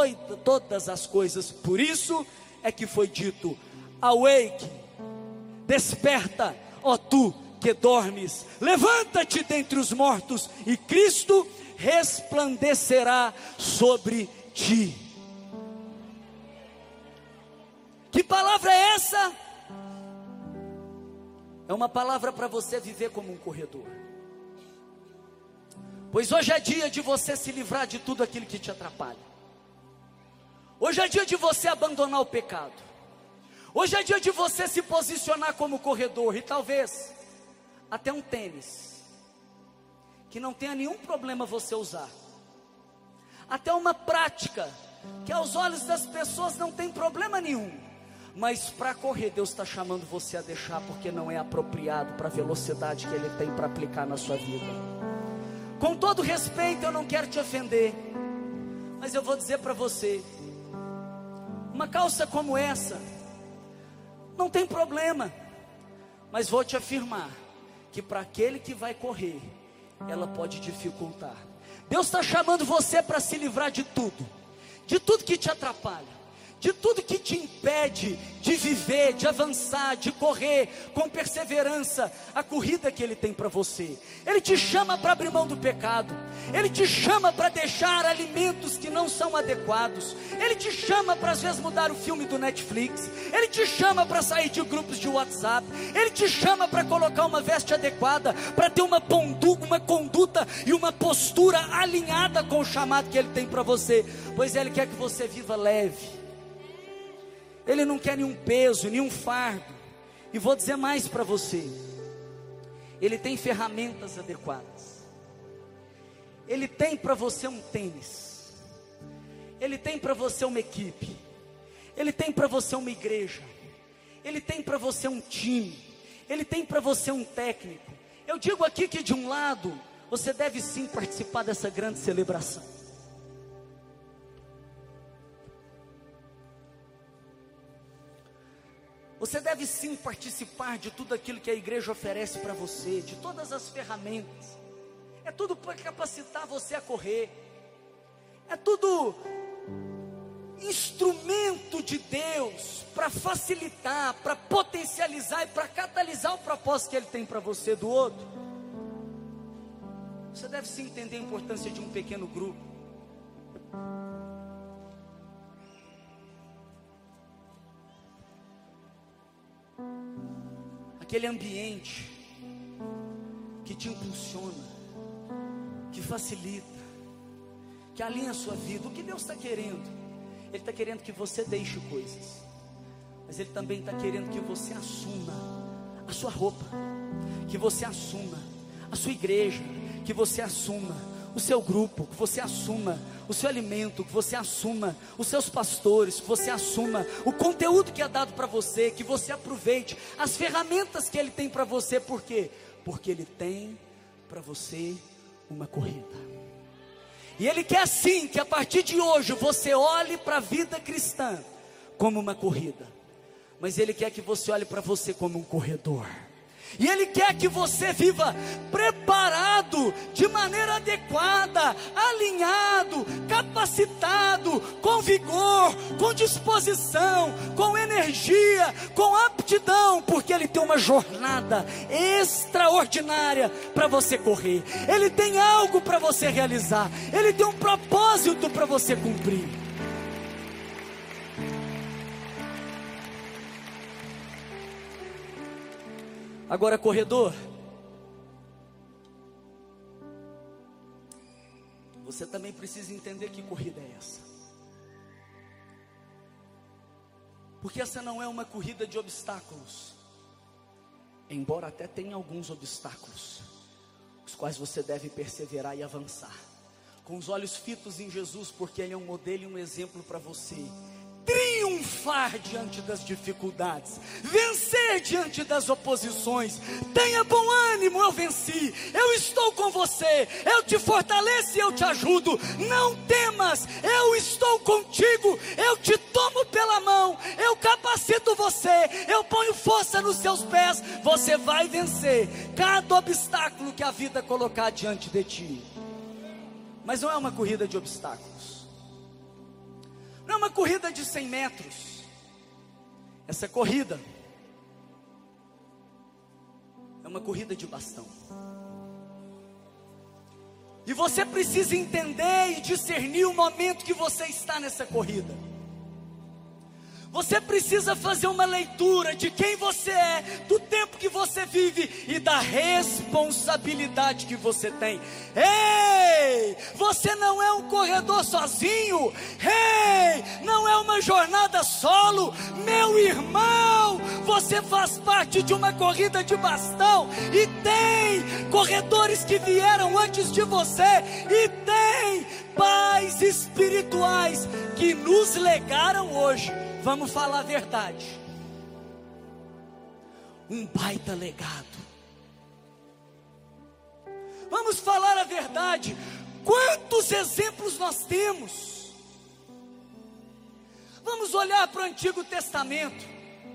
todas as coisas. Por isso é que foi dito: awake, desperta, ó tu que dormes, levanta-te dentre os mortos, e Cristo resplandecerá sobre ti. Que palavra é essa? É uma palavra para você viver como um corredor. Pois hoje é dia de você se livrar de tudo aquilo que te atrapalha. Hoje é dia de você abandonar o pecado. Hoje é dia de você se posicionar como corredor. E talvez até um tênis que não tenha nenhum problema você usar. Até uma prática que aos olhos das pessoas não tem problema nenhum. Mas para correr, Deus está chamando você a deixar, porque não é apropriado para a velocidade que Ele tem para aplicar na sua vida. Com todo respeito, eu não quero te ofender, mas eu vou dizer para você: uma calça como essa não tem problema, mas vou te afirmar que para aquele que vai correr, ela pode dificultar. Deus está chamando você para se livrar de tudo que te atrapalha, de tudo que te impede de viver, de avançar, de correr com perseverança a corrida que Ele tem para você. Ele te chama para abrir mão do pecado, Ele te chama para deixar alimentos que não são adequados, Ele te chama para às vezes mudar o filme do Netflix, Ele te chama para sair de grupos de WhatsApp, Ele te chama para colocar uma veste adequada, para ter uma conduta e uma postura alinhada com o chamado que Ele tem para você, pois Ele quer que você viva leve. Ele não quer nenhum peso, nenhum fardo. E vou dizer mais para você: Ele tem ferramentas adequadas. Ele tem para você um tênis. Ele tem para você uma equipe. Ele tem para você uma igreja. Ele tem para você um time. Ele tem para você um técnico. Eu digo aqui que de um lado, você deve sim participar dessa grande celebração. Você deve sim participar de tudo aquilo que a igreja oferece para você, de todas as ferramentas. É tudo para capacitar você a correr. É tudo instrumento de Deus para facilitar, para potencializar e para catalisar o propósito que Ele tem para você do outro. Você deve sim entender a importância de um pequeno grupo. Aquele ambiente que te impulsiona, que facilita, que alinha a sua vida. O que Deus está querendo? Ele está querendo que você deixe coisas, mas Ele também está querendo que você assuma a sua roupa, que você assuma a sua igreja, que você assuma o seu grupo, que você assuma o seu alimento, que você assuma os seus pastores, que você assuma o conteúdo que é dado para você, que você aproveite as ferramentas que Ele tem para você. Por quê? Porque Ele tem para você uma corrida. E Ele quer sim que a partir de hoje você olhe para a vida cristã como uma corrida, mas Ele quer que você olhe para você como um corredor. E Ele quer que você viva preparado, de maneira adequada, alinhado, capacitado, com vigor, com disposição, com energia, com aptidão, porque Ele tem uma jornada extraordinária para você correr. Ele tem algo para você realizar. Ele tem um propósito para você cumprir. Agora, corredor, você também precisa entender que corrida é essa. Porque essa não é uma corrida de obstáculos, embora até tenha alguns obstáculos, os quais você deve perseverar e avançar, com os olhos fitos em Jesus, porque Ele é um modelo e um exemplo para você triunfar diante das dificuldades, vencer diante das oposições. Tenha bom ânimo, eu venci, eu estou com você, eu te fortaleço e eu te ajudo. Não temas, eu estou contigo, eu te tomo pela mão, eu capacito você, eu ponho força nos seus pés. Você vai vencer cada obstáculo que a vida colocar diante de ti. Mas não é uma corrida de obstáculos, não é uma corrida de 100 metros. Essa corrida é uma corrida de bastão. E você precisa entender e discernir o momento que você está nessa corrida. Você precisa fazer uma leitura de quem você é, do tempo que você vive e da responsabilidade que você tem. Ei, você não é um corredor sozinho. Ei, não é uma jornada solo. Meu irmão, você faz parte de uma corrida de bastão. E tem corredores que vieram antes de você. E tem pais espirituais que nos legaram hoje. Vamos falar a verdade. Um baita legado. Vamos falar a verdade. Quantos exemplos nós temos? Vamos olhar para o Antigo Testamento.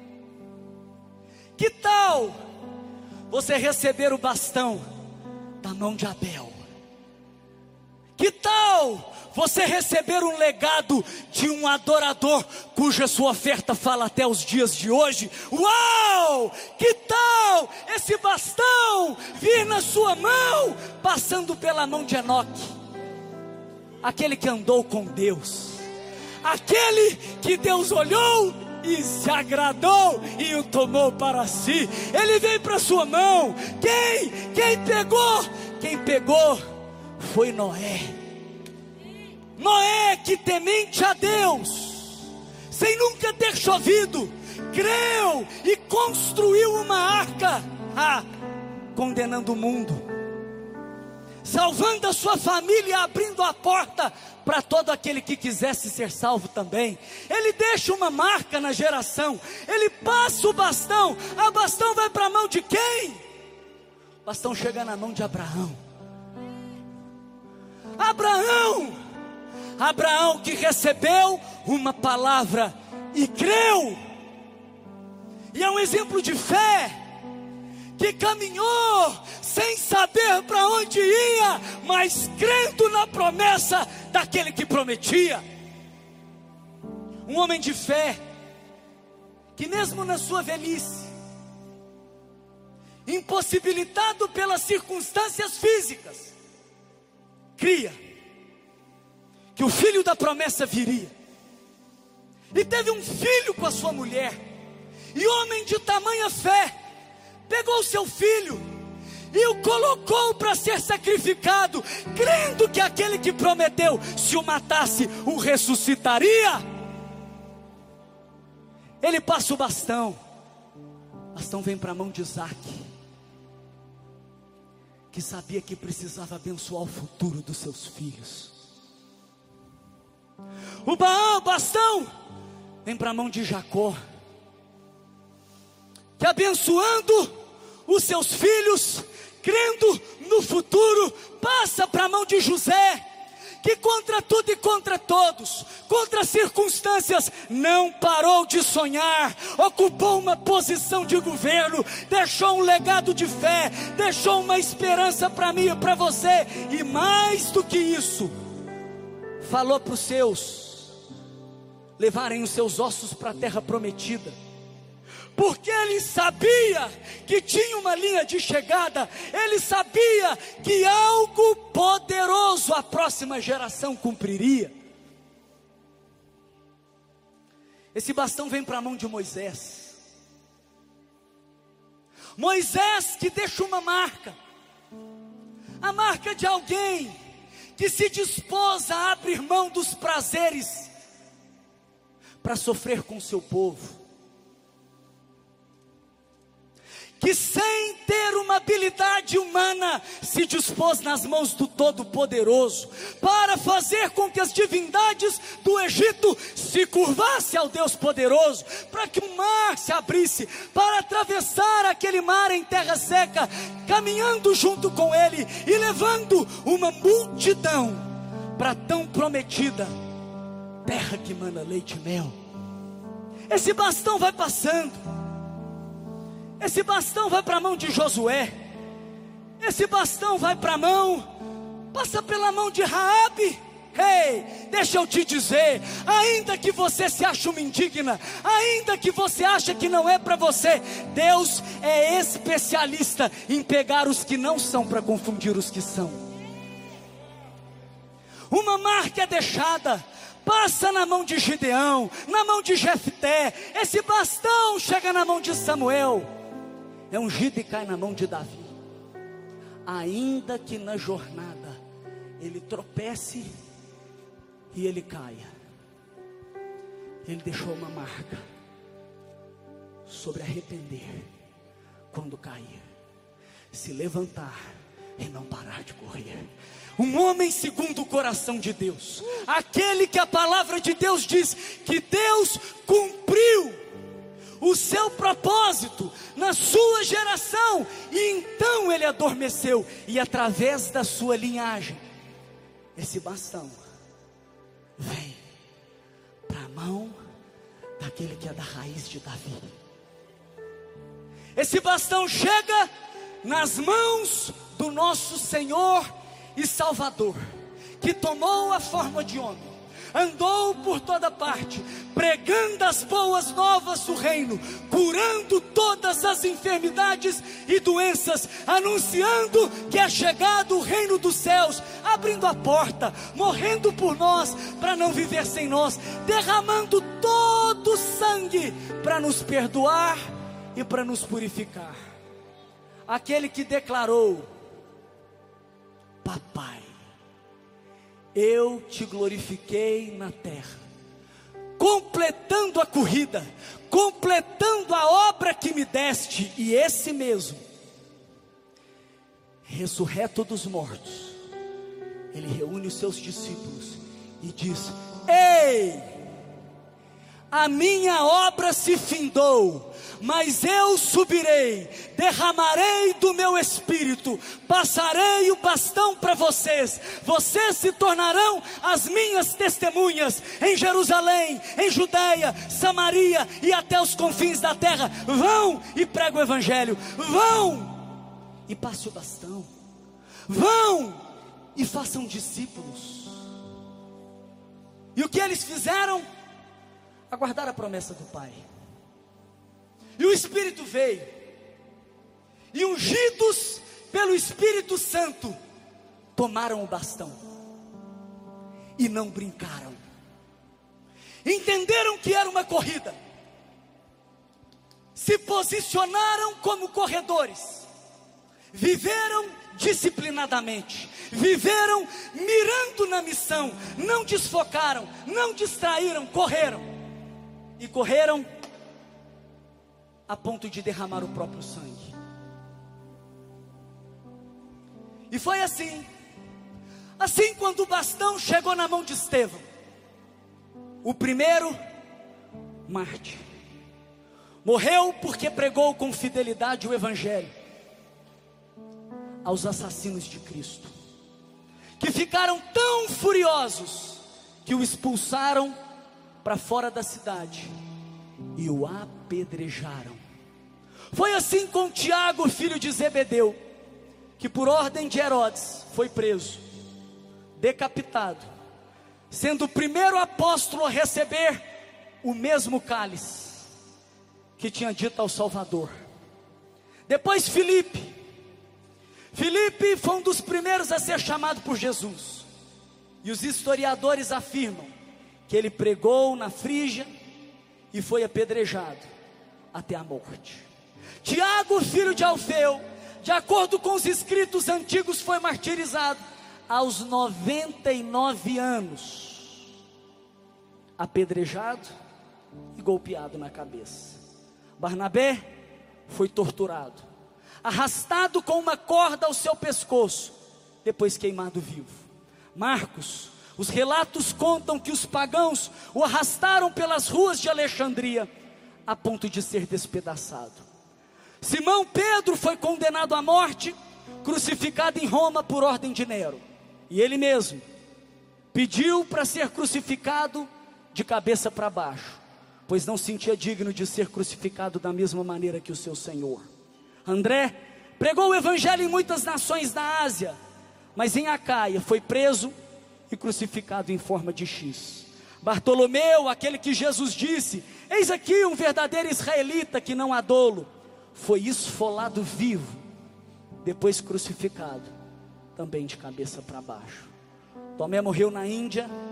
Que tal você receber o bastão da mão de Abel? Que tal você receber um legado de um adorador cuja sua oferta fala até os dias de hoje? Uau! Que tal esse bastão vir na sua mão, passando pela mão de Enoque, aquele que andou com Deus, aquele que Deus olhou e se agradou e o tomou para si? Ele veio para sua mão. Quem pegou foi Noé. Noé, que temente a Deus, sem nunca ter chovido, creu e construiu uma arca, condenando o mundo, salvando a sua família, abrindo a porta para todo aquele que quisesse ser salvo também. Ele deixa uma marca na geração. Ele passa o bastão. A bastão vai para a mão de quem? O bastão chega na mão de Abraão. Abraão que recebeu uma palavra e creu, e é um exemplo de fé, que caminhou sem saber para onde ia, mas crendo na promessa daquele que prometia. Um homem de fé, que mesmo na sua velhice, impossibilitado pelas circunstâncias físicas, cria que o filho da promessa viria, e teve um filho com a sua mulher, e homem de tamanha fé, pegou seu filho, e o colocou para ser sacrificado, crendo que aquele que prometeu, se o matasse, o ressuscitaria. Ele passa o bastão vem para a mão de Isaac, que sabia que precisava abençoar o futuro dos seus filhos. O bastão vem para a mão de Jacó, que abençoando os seus filhos, crendo no futuro, passa para a mão de José, que contra tudo e contra todos, contra as circunstâncias, não parou de sonhar, ocupou uma posição de governo, deixou um legado de fé, deixou uma esperança para mim e para você, e mais do que isso, falou para os seus levarem os seus ossos para a terra prometida, porque ele sabia que tinha uma linha de chegada, ele sabia que algo poderoso a próxima geração cumpriria. Esse bastão vem para a mão de Moisés. Moisés que deixa uma marca, a marca de alguém que se dispôs a abrir mão dos prazeres para sofrer com o seu povo, que sem ter uma habilidade humana, se dispôs nas mãos do Todo-Poderoso, para fazer com que as divindades do Egito se curvassem ao Deus poderoso, para que o mar se abrisse, para atravessar aquele mar em terra seca, caminhando junto com ele, e levando uma multidão, para a tão prometida terra que mana leite e mel. Esse bastão vai passando, esse bastão vai para a mão de Josué, esse bastão vai para a mão, passa pela mão de Raabe. Ei, deixa eu te dizer, ainda que você se ache uma indigna, ainda que você ache que não é para você, Deus é especialista em pegar os que não são para confundir os que são. Uma marca é deixada passa na mão de Gideão, na mão de Jefté, esse bastão chega na mão de Samuel, é ungido e cai na mão de Davi. Ainda que na jornada ele tropece e ele caia, ele deixou uma marca sobre arrepender quando cair, se levantar e não parar de correr. Um homem segundo o coração de Deus, aquele que a palavra de Deus diz que Deus cumpriu o seu propósito na sua geração, e então ele adormeceu, e através da sua linhagem, esse bastão vem para a mão daquele que é da raiz de Davi. Esse bastão chega nas mãos do nosso Senhor e Salvador, que tomou a forma de homem, andou por toda parte, pregando as boas novas do reino, curando todas as enfermidades e doenças, anunciando que é chegado o reino dos céus, abrindo a porta, morrendo por nós, para não viver sem nós, derramando todo o sangue, para nos perdoar e para nos purificar. Aquele que declarou: Papai, eu te glorifiquei na terra, completando a corrida, completando a obra que me deste. E esse mesmo, ressurreto dos mortos, ele reúne os seus discípulos e diz: ei, a minha obra se findou, mas eu subirei, derramarei do meu espírito, passarei o bastão para vocês, vocês se tornarão as minhas testemunhas, em Jerusalém, em Judeia, Samaria e até os confins da terra. Vão e pregam o evangelho, vão e passem o bastão, vão e façam discípulos. E o que eles fizeram? Aguardar a promessa do Pai. E o Espírito veio, e ungidos pelo Espírito Santo, tomaram o bastão, e não brincaram, entenderam que era uma corrida, se posicionaram como corredores, viveram disciplinadamente, viveram mirando na missão, não desfocaram, não distraíram, correram, e correram a ponto de derramar o próprio sangue. E foi assim quando o bastão chegou na mão de Estevão, o primeiro mártir, morreu porque pregou com fidelidade o evangelho aos assassinos de Cristo, que ficaram tão furiosos que o expulsaram para fora da cidade e o apedrejaram. Foi assim com Tiago, filho de Zebedeu, que por ordem de Herodes foi preso, decapitado, sendo o primeiro apóstolo a receber o mesmo cálice que tinha dito ao Salvador. Depois Filipe foi um dos primeiros a ser chamado por Jesus, e os historiadores afirmam que ele pregou na Frígia e foi apedrejado até a morte. Tiago, filho de Alfeu, de acordo com os escritos antigos, foi martirizado aos 99 anos, apedrejado e golpeado na cabeça. Barnabé foi torturado, arrastado com uma corda ao seu pescoço, depois queimado vivo. Marcos, os relatos contam que os pagãos o arrastaram pelas ruas de Alexandria, a ponto de ser despedaçado. Simão Pedro foi condenado à morte, crucificado em Roma por ordem de Nero. E ele mesmo pediu para ser crucificado de cabeça para baixo, pois não sentia digno de ser crucificado da mesma maneira que o seu Senhor. André pregou o evangelho em muitas nações da Ásia, mas em Acaia foi preso e crucificado em forma de X. Bartolomeu, aquele que Jesus disse: eis aqui um verdadeiro israelita que não há dolo, foi esfolado vivo, depois crucificado, também de cabeça para baixo. Tomé morreu na Índia,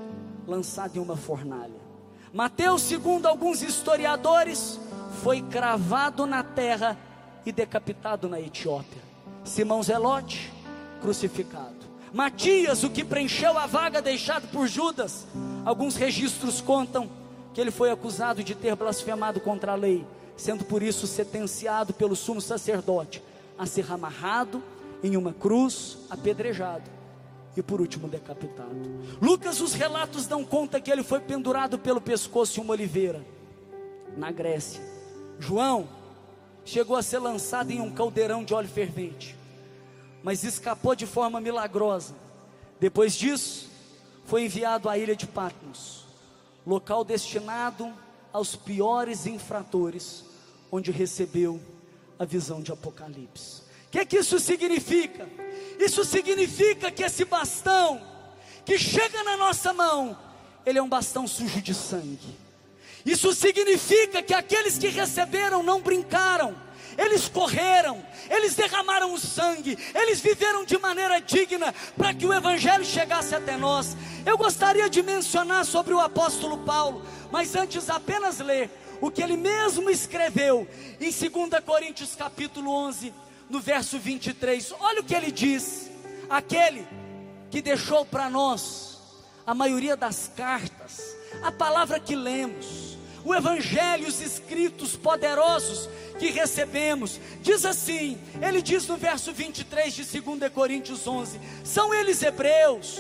lançado em uma fornalha. Mateus, segundo alguns historiadores, foi cravado na terra e decapitado na Etiópia. Simão Zelote, crucificado. Matias, o que preencheu a vaga deixada por Judas, alguns registros contam que ele foi acusado de ter blasfemado contra a lei, sendo por isso sentenciado pelo sumo sacerdote a ser amarrado em uma cruz, apedrejado e por último decapitado. Lucas, os relatos dão conta que ele foi pendurado pelo pescoço em uma oliveira, na Grécia. João chegou a ser lançado em um caldeirão de óleo fervente, mas escapou de forma milagrosa. Depois disso, foi enviado à ilha de Patmos, local destinado aos piores infratores, onde recebeu a visão de Apocalipse. O que isso significa? Isso significa que esse bastão que chega na nossa mão, ele é um bastão sujo de sangue. Isso significa que aqueles que receberam não brincaram, eles correram, eles derramaram o sangue, eles viveram de maneira digna para que o Evangelho chegasse até nós. Eu gostaria de mencionar sobre o apóstolo Paulo, mas antes apenas ler o que ele mesmo escreveu em 2 Coríntios capítulo 11, no verso 23, olha o que ele diz: aquele que deixou para nós a maioria das cartas, a palavra que lemos, o Evangelho, os escritos poderosos que recebemos, diz assim, ele diz no verso 23 de 2 Coríntios 11, são eles hebreus,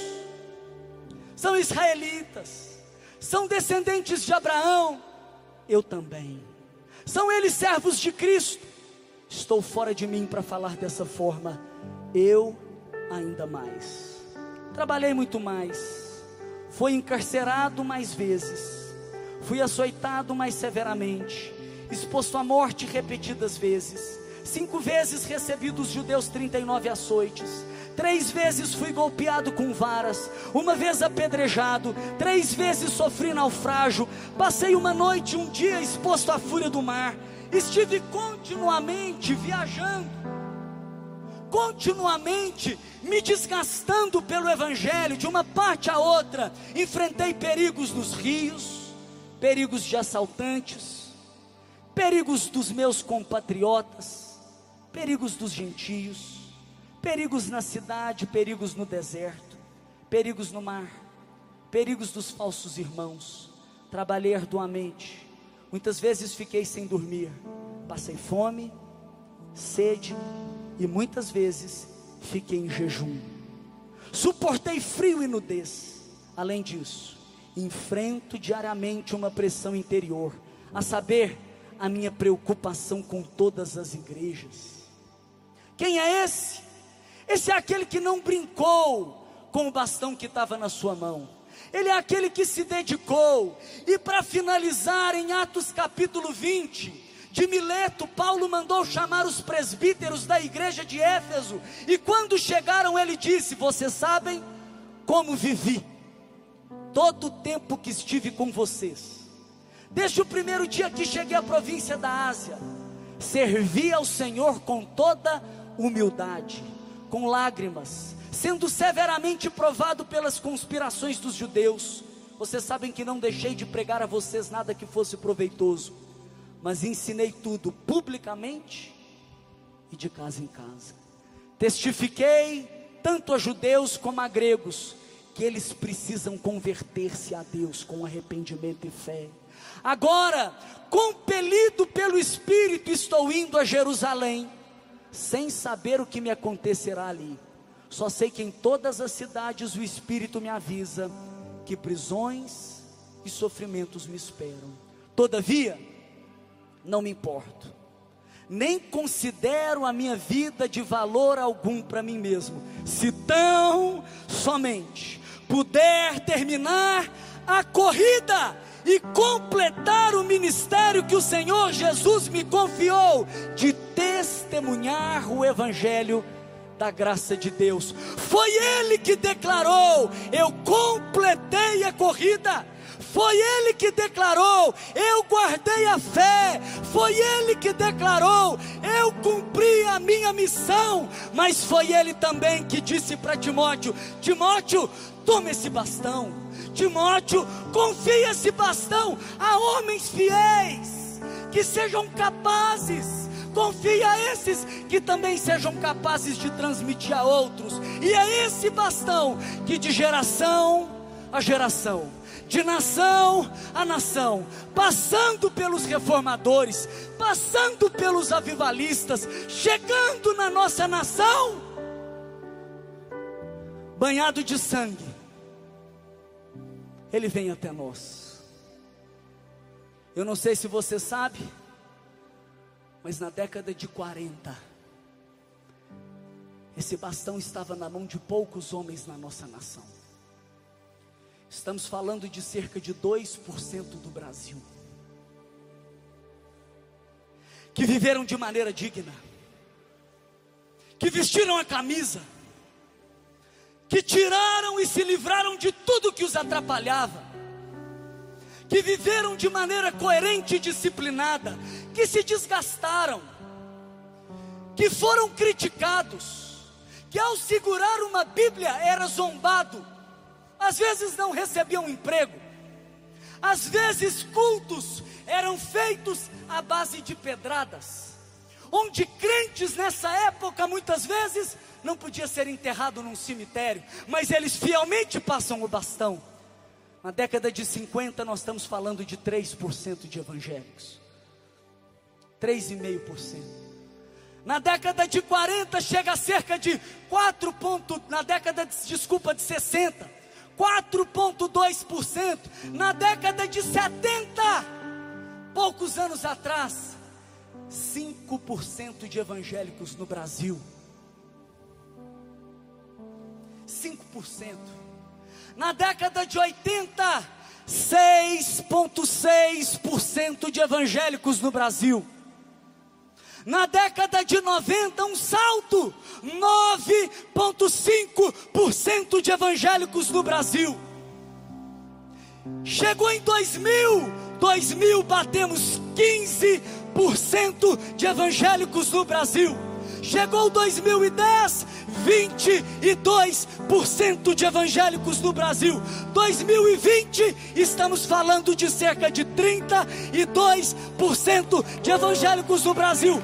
são israelitas, são descendentes de Abraão, eu também, são eles servos de Cristo. Estou fora de mim para falar dessa forma, eu ainda mais, trabalhei muito mais, fui encarcerado mais vezes, fui açoitado mais severamente, exposto à morte repetidas vezes, 5 vezes recebi dos judeus 39 açoites, 3 vezes fui golpeado com varas, 1 vez apedrejado, 3 vezes sofri naufrágio, passei uma noite e um dia exposto à fúria do mar, estive continuamente viajando, continuamente me desgastando pelo Evangelho, de uma parte a outra, enfrentei perigos nos rios, perigos de assaltantes, perigos dos meus compatriotas, perigos dos gentios, perigos na cidade, perigos no deserto, perigos no mar, perigos dos falsos irmãos, trabalhei arduamente, muitas vezes fiquei sem dormir, passei fome, sede e muitas vezes fiquei em jejum, suportei frio e nudez. Além disso, enfrento diariamente uma pressão interior, a saber, a minha preocupação com todas as igrejas. Quem é esse? Esse é aquele que não brincou com o bastão que estava na sua mão, ele é aquele que se dedicou. E para finalizar, em Atos capítulo 20, de Mileto, Paulo mandou chamar os presbíteros da igreja de Éfeso, e quando chegaram ele disse, vocês sabem como vivi todo o tempo que estive com vocês, desde o primeiro dia que cheguei à província da Ásia, servi ao Senhor com toda humildade, com lágrimas, sendo severamente provado pelas conspirações dos judeus. Vocês sabem que não deixei de pregar a vocês nada que fosse proveitoso, mas ensinei tudo publicamente e de casa em casa. Testifiquei tanto a judeus como a gregos que eles precisam converter-se a Deus com arrependimento e fé. Agora, compelido pelo Espírito, estou indo a Jerusalém, sem saber o que me acontecerá ali. Só sei que em todas as cidades o Espírito me avisa que prisões e sofrimentos me esperam. Todavia, não me importo, nem considero a minha vida de valor algum para mim mesmo, se tão somente puder terminar a corrida e completar o ministério que o Senhor Jesus me confiou, de testemunhar o Evangelho da graça de Deus. Foi Ele que declarou, eu completei a corrida. Foi Ele que declarou, eu guardei a fé. Foi Ele que declarou, eu cumpri a minha missão. Mas foi Ele também que disse para Timóteo, Timóteo, toma esse bastão. Timóteo, confia esse bastão a homens fiéis, que sejam capazes. Confia a esses que também sejam capazes de transmitir a outros. E é esse bastão que de geração a geração, de nação a nação, passando pelos reformadores, passando pelos avivalistas, chegando na nossa nação, banhado de sangue, ele vem até nós. Eu não sei se você sabe, mas na década de 40, esse bastão estava na mão de poucos homens na nossa nação. Estamos falando de cerca de 2% do Brasil, que viveram de maneira digna, que vestiram a camisa, que tiraram e se livraram de tudo que os atrapalhava, que viveram de maneira coerente e disciplinada, que se desgastaram, que foram criticados, que ao segurar uma Bíblia era zombado, às vezes não recebiam emprego, às vezes cultos eram feitos à base de pedradas, onde crentes nessa época muitas vezes não podia ser enterrado num cemitério, mas eles fielmente passam o bastão. Na década de 50 nós estamos falando de 3% de evangélicos, 3,5%. Na década de 40 chega a cerca de 60, 4,2%. Na década de 70, poucos anos atrás, 5% de evangélicos no Brasil. 5%. Na década de 80, 6,6% de evangélicos no Brasil. Na década de 90, um salto, 9,5% de evangélicos no Brasil. Chegou em 2000 batemos 15% de evangélicos no Brasil. Chegou 2010, 22% de evangélicos no Brasil. 2020, estamos falando de cerca de 32% de evangélicos no Brasil.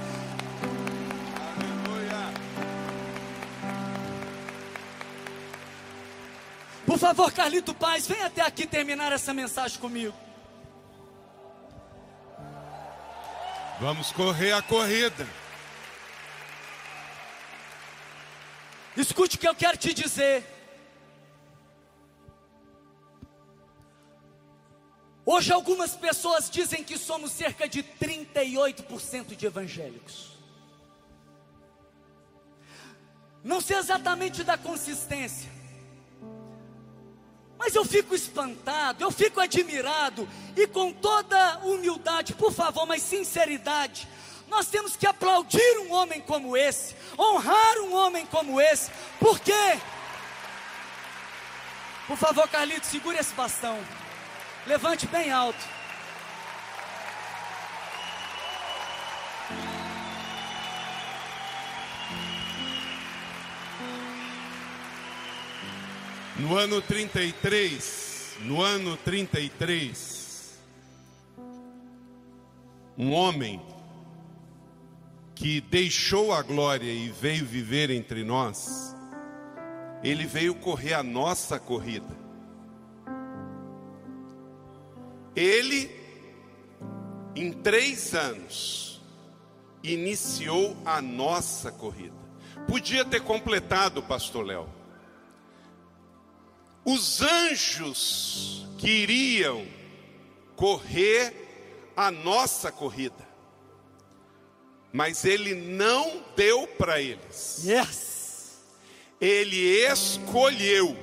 Por favor, Carlito Paz, vem até aqui terminar essa mensagem comigo. Vamos correr a corrida. Escute o que eu quero te dizer. Hoje algumas pessoas dizem que somos cerca de 38% de evangélicos. Não sei exatamente da consistência, mas eu fico espantado, eu fico admirado, e com toda humildade, por favor, mas sinceridade, nós temos que aplaudir um homem como esse, honrar um homem como esse. Por quê? Por favor, Carlito, segure esse bastão, levante bem alto. No ano 33, um homem que deixou a glória e veio viver entre nós, ele veio correr a nossa corrida. Ele, em 3 anos, iniciou a nossa corrida. Podia ter completado, pastor Léo. Os anjos que iriam correr a nossa corrida, mas ele não deu para eles. Yes. Ele escolheu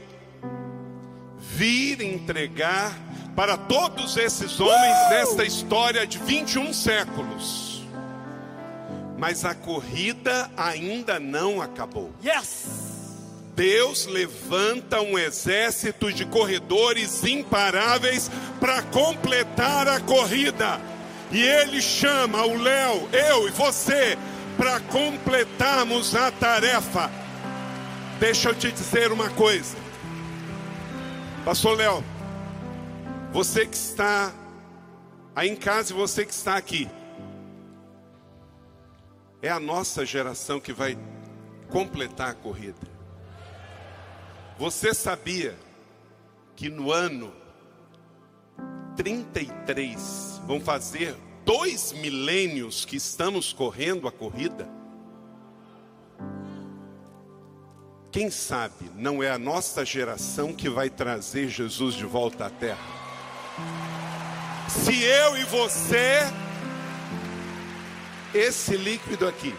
vir entregar para todos esses homens nesta história de 21 séculos. Mas a corrida ainda não acabou. Yes. Deus levanta um exército de corredores imparáveis para completar a corrida. E Ele chama o Léo, eu e você, para completarmos a tarefa. Deixa eu te dizer uma coisa, pastor Léo, Você que está aí em casa e você que está aqui, é a nossa geração que vai completar a corrida. Você sabia que no ano 33 vão fazer 2 milênios que estamos correndo a corrida? Quem sabe não é a nossa geração que vai trazer Jesus de volta à terra? Se eu e você, esse líquido aqui,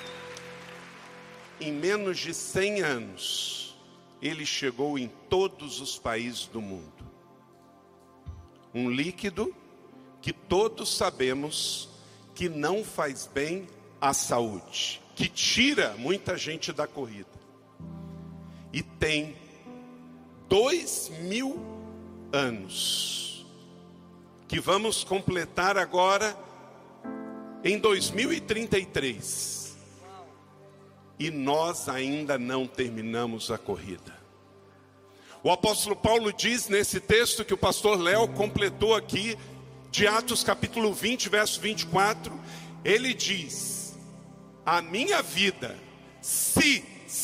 em menos de 100 anos, ele chegou em todos os países do mundo. Um líquido que todos sabemos que não faz bem à saúde, que tira muita gente da corrida. E tem 2.000 anos, que vamos completar agora em 2033. E nós ainda não terminamos a corrida. O apóstolo Paulo diz nesse texto que o pastor Léo completou aqui, de Atos capítulo 20, verso 24, ele diz: a minha vida, se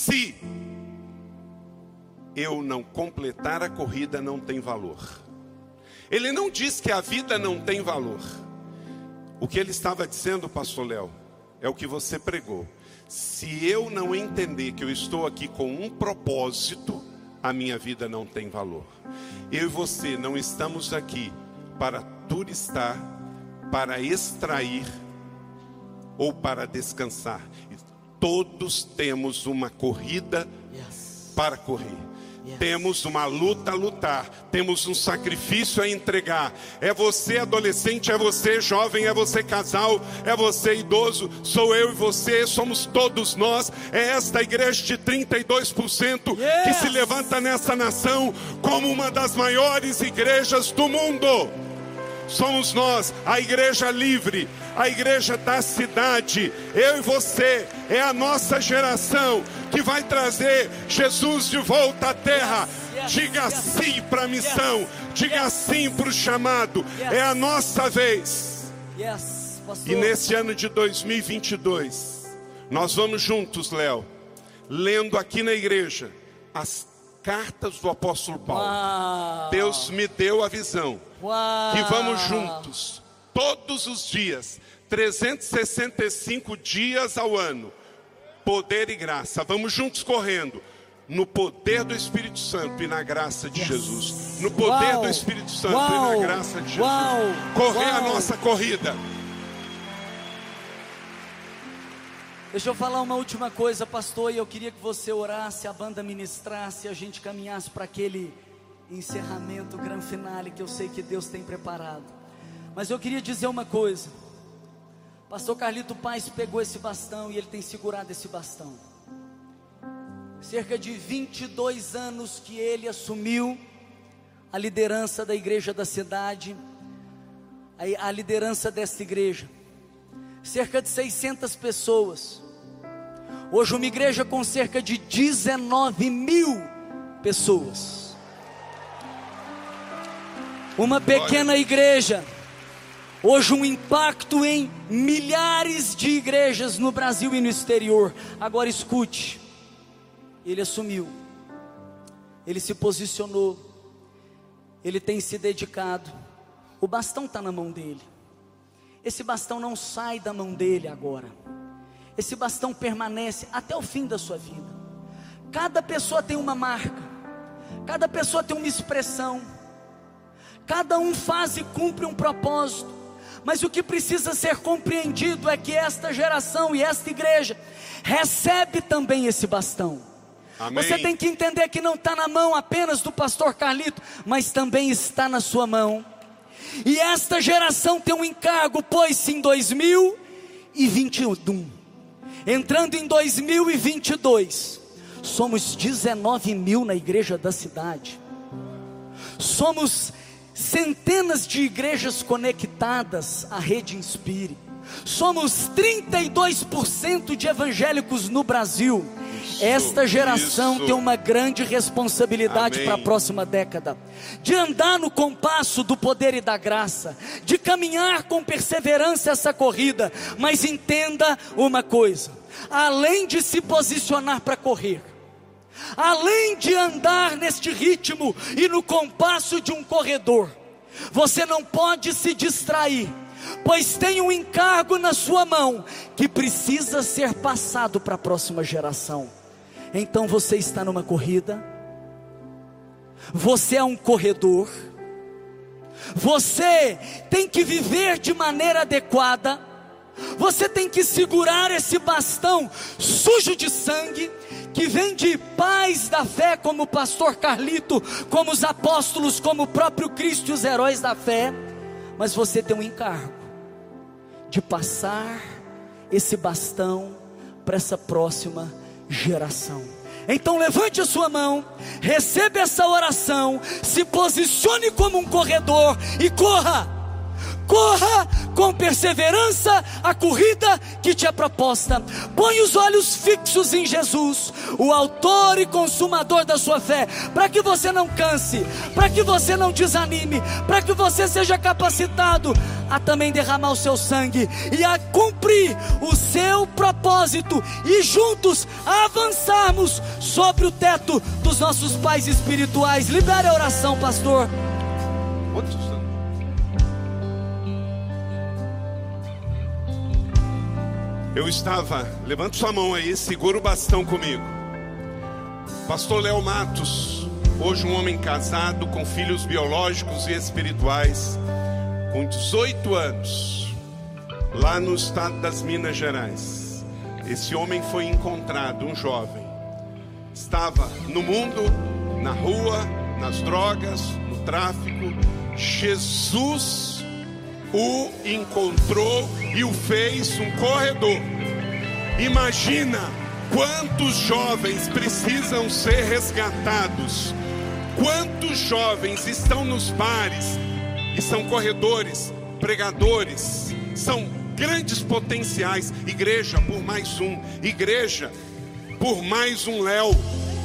eu não completar a corrida, não tem valor. Ele não diz que a vida não tem valor. O que ele estava dizendo, pastor Léo, é o que você pregou. Se eu não entender que eu estou aqui com um propósito, a minha vida não tem valor. Eu e você não estamos aqui para turistar, para extrair ou para descansar. Todos temos uma corrida para correr. Temos uma luta a lutar, temos um sacrifício a entregar. É você adolescente, é você jovem, é você casal, é você idoso, sou eu e você, somos todos nós. É esta igreja de 32% que se levanta nessa nação como uma das maiores igrejas do mundo. Somos nós, a igreja livre, a igreja da cidade. Eu e você, é a nossa geração que vai trazer Jesus de volta à terra. Diga sim para a missão, diga sim para o chamado. É a nossa vez. E nesse ano de 2022, nós vamos juntos, Léo, lendo aqui na igreja as cartas do apóstolo Paulo. Deus me deu a visão que vamos juntos todos os dias, 365 dias ao ano, poder e graça, vamos juntos correndo no poder do Espírito Santo e na graça de Jesus. No poder do Espírito Santo e na graça de Jesus. Correr a nossa corrida. Deixa eu falar uma última coisa, pastor, e eu queria que você orasse, a banda ministrasse, a gente caminhasse para aquele encerramento, gran finale, que eu sei que Deus tem preparado. Mas eu queria dizer uma coisa. Pastor Carlito Paes pegou esse bastão e ele tem segurado esse bastão. Cerca de 22 anos que ele assumiu a liderança da igreja da cidade, a liderança desta igreja. Cerca de 600 pessoas. Hoje uma igreja com cerca de 19.000 pessoas. Uma pequena igreja, hoje um impacto em milhares de igrejas no Brasil e no exterior. Agora escute, ele assumiu, ele se posicionou, ele tem se dedicado, o bastão está na mão dele. Esse bastão não sai da mão dele agora, esse bastão permanece até o fim da sua vida. Cada pessoa tem uma marca, cada pessoa tem uma expressão, cada um faz e cumpre um propósito, mas o que precisa ser compreendido é que esta geração e esta igreja recebe também esse bastão. Amém. Você tem que entender que não está na mão apenas do pastor Carlito, mas também está na sua mão. E esta geração tem um encargo, pois em 2021, entrando em 2022, somos 19.000 na igreja da cidade. Somos centenas de igrejas conectadas à Rede Inspire. Somos 32% de evangélicos no Brasil. esta geração tem uma grande responsabilidade para a próxima década, de andar no compasso do poder e da graça, de caminhar com perseverança essa corrida. Mas entenda uma coisa: além de se posicionar para correr, além de andar neste ritmo e no compasso de um corredor, você não pode se distrair, pois tem um encargo na sua mão que precisa ser passado para a próxima geração. Então você está numa corrida, você é um corredor, você tem que viver de maneira adequada, você tem que segurar esse bastão sujo de sangue, que vem de pais da fé, como o pastor Carlito, como os apóstolos, como o próprio Cristo e os heróis da fé. Mas você tem um encargo de passar esse bastão para essa próxima geração. Então levante a sua mão, receba essa oração, se posicione como um corredor e corra com perseverança a corrida que te é proposta. Põe os olhos fixos em Jesus, o autor e consumador da sua fé, para que você não canse, para que você não desanime, para que você seja capacitado a também derramar o seu sangue e a cumprir o seu propósito, e juntos avançarmos sobre o teto dos nossos pais espirituais. Libere a oração, pastor. Eu estava, levanta sua mão aí, segura o bastão comigo. Pastor Léo Matos, hoje um homem casado, com filhos biológicos e espirituais, com 18 anos, lá no estado das Minas Gerais. Esse homem foi encontrado, um jovem, estava no mundo, na rua, nas drogas, no tráfico. Jesus o encontrou e o fez um corredor. Imagina quantos jovens precisam ser resgatados, quantos jovens estão nos bares e são corredores, pregadores, são grandes potenciais. Igreja por mais um, igreja por mais um Léo.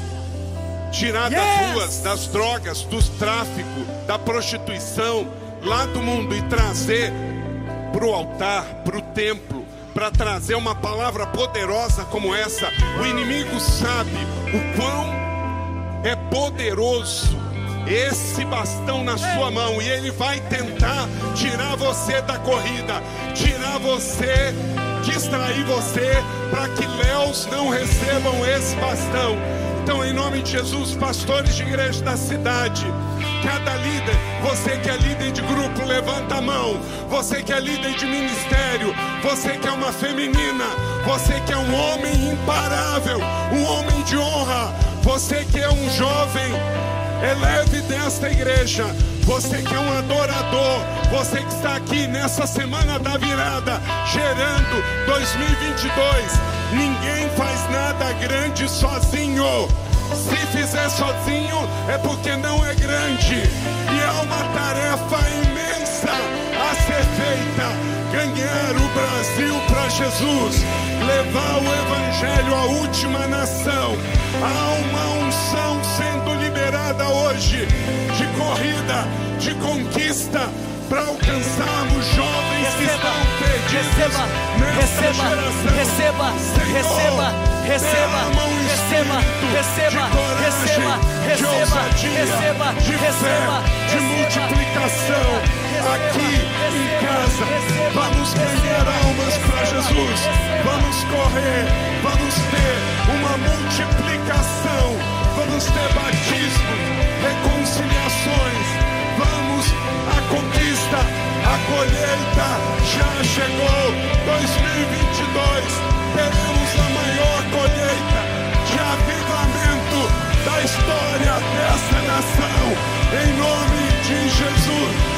Tirar das ruas, das drogas, do tráfico, da prostituição, lá do mundo, e trazer para o altar, para o templo, para trazer uma palavra poderosa como essa. O inimigo sabe o quão é poderoso esse bastão na sua mão, e ele vai tentar tirar você da corrida, tirar você, distrair você, para que Léus não recebam esse bastão. Então, em nome de Jesus, pastores de igreja da cidade, cada líder, você que é líder de grupo, levanta a mão. Você que é líder de ministério, você que é uma feminina, você que é um homem imparável, um homem de honra, você que é um jovem eleve desta igreja, você que é um adorador, você que está aqui nessa semana da virada, gerando 2022. Ninguém faz nada grande sozinho. Se fizer sozinho é porque não é grande, e é uma tarefa imensa a ser feita. Ganhar o Brasil para Jesus, levar o evangelho à última nação. Há uma unção sendo liberada hoje, de corrida, de conquista, para alcançarmos jovens que estão perdidos nessa geração. Receba de multiplicação aqui em casa. Vamos ganhar almas para Jesus, vamos correr, vamos ter uma multiplicação, vamos ter batismos, reconciliações, vamos a conquista, a colheita já chegou. 2022 teremos a maior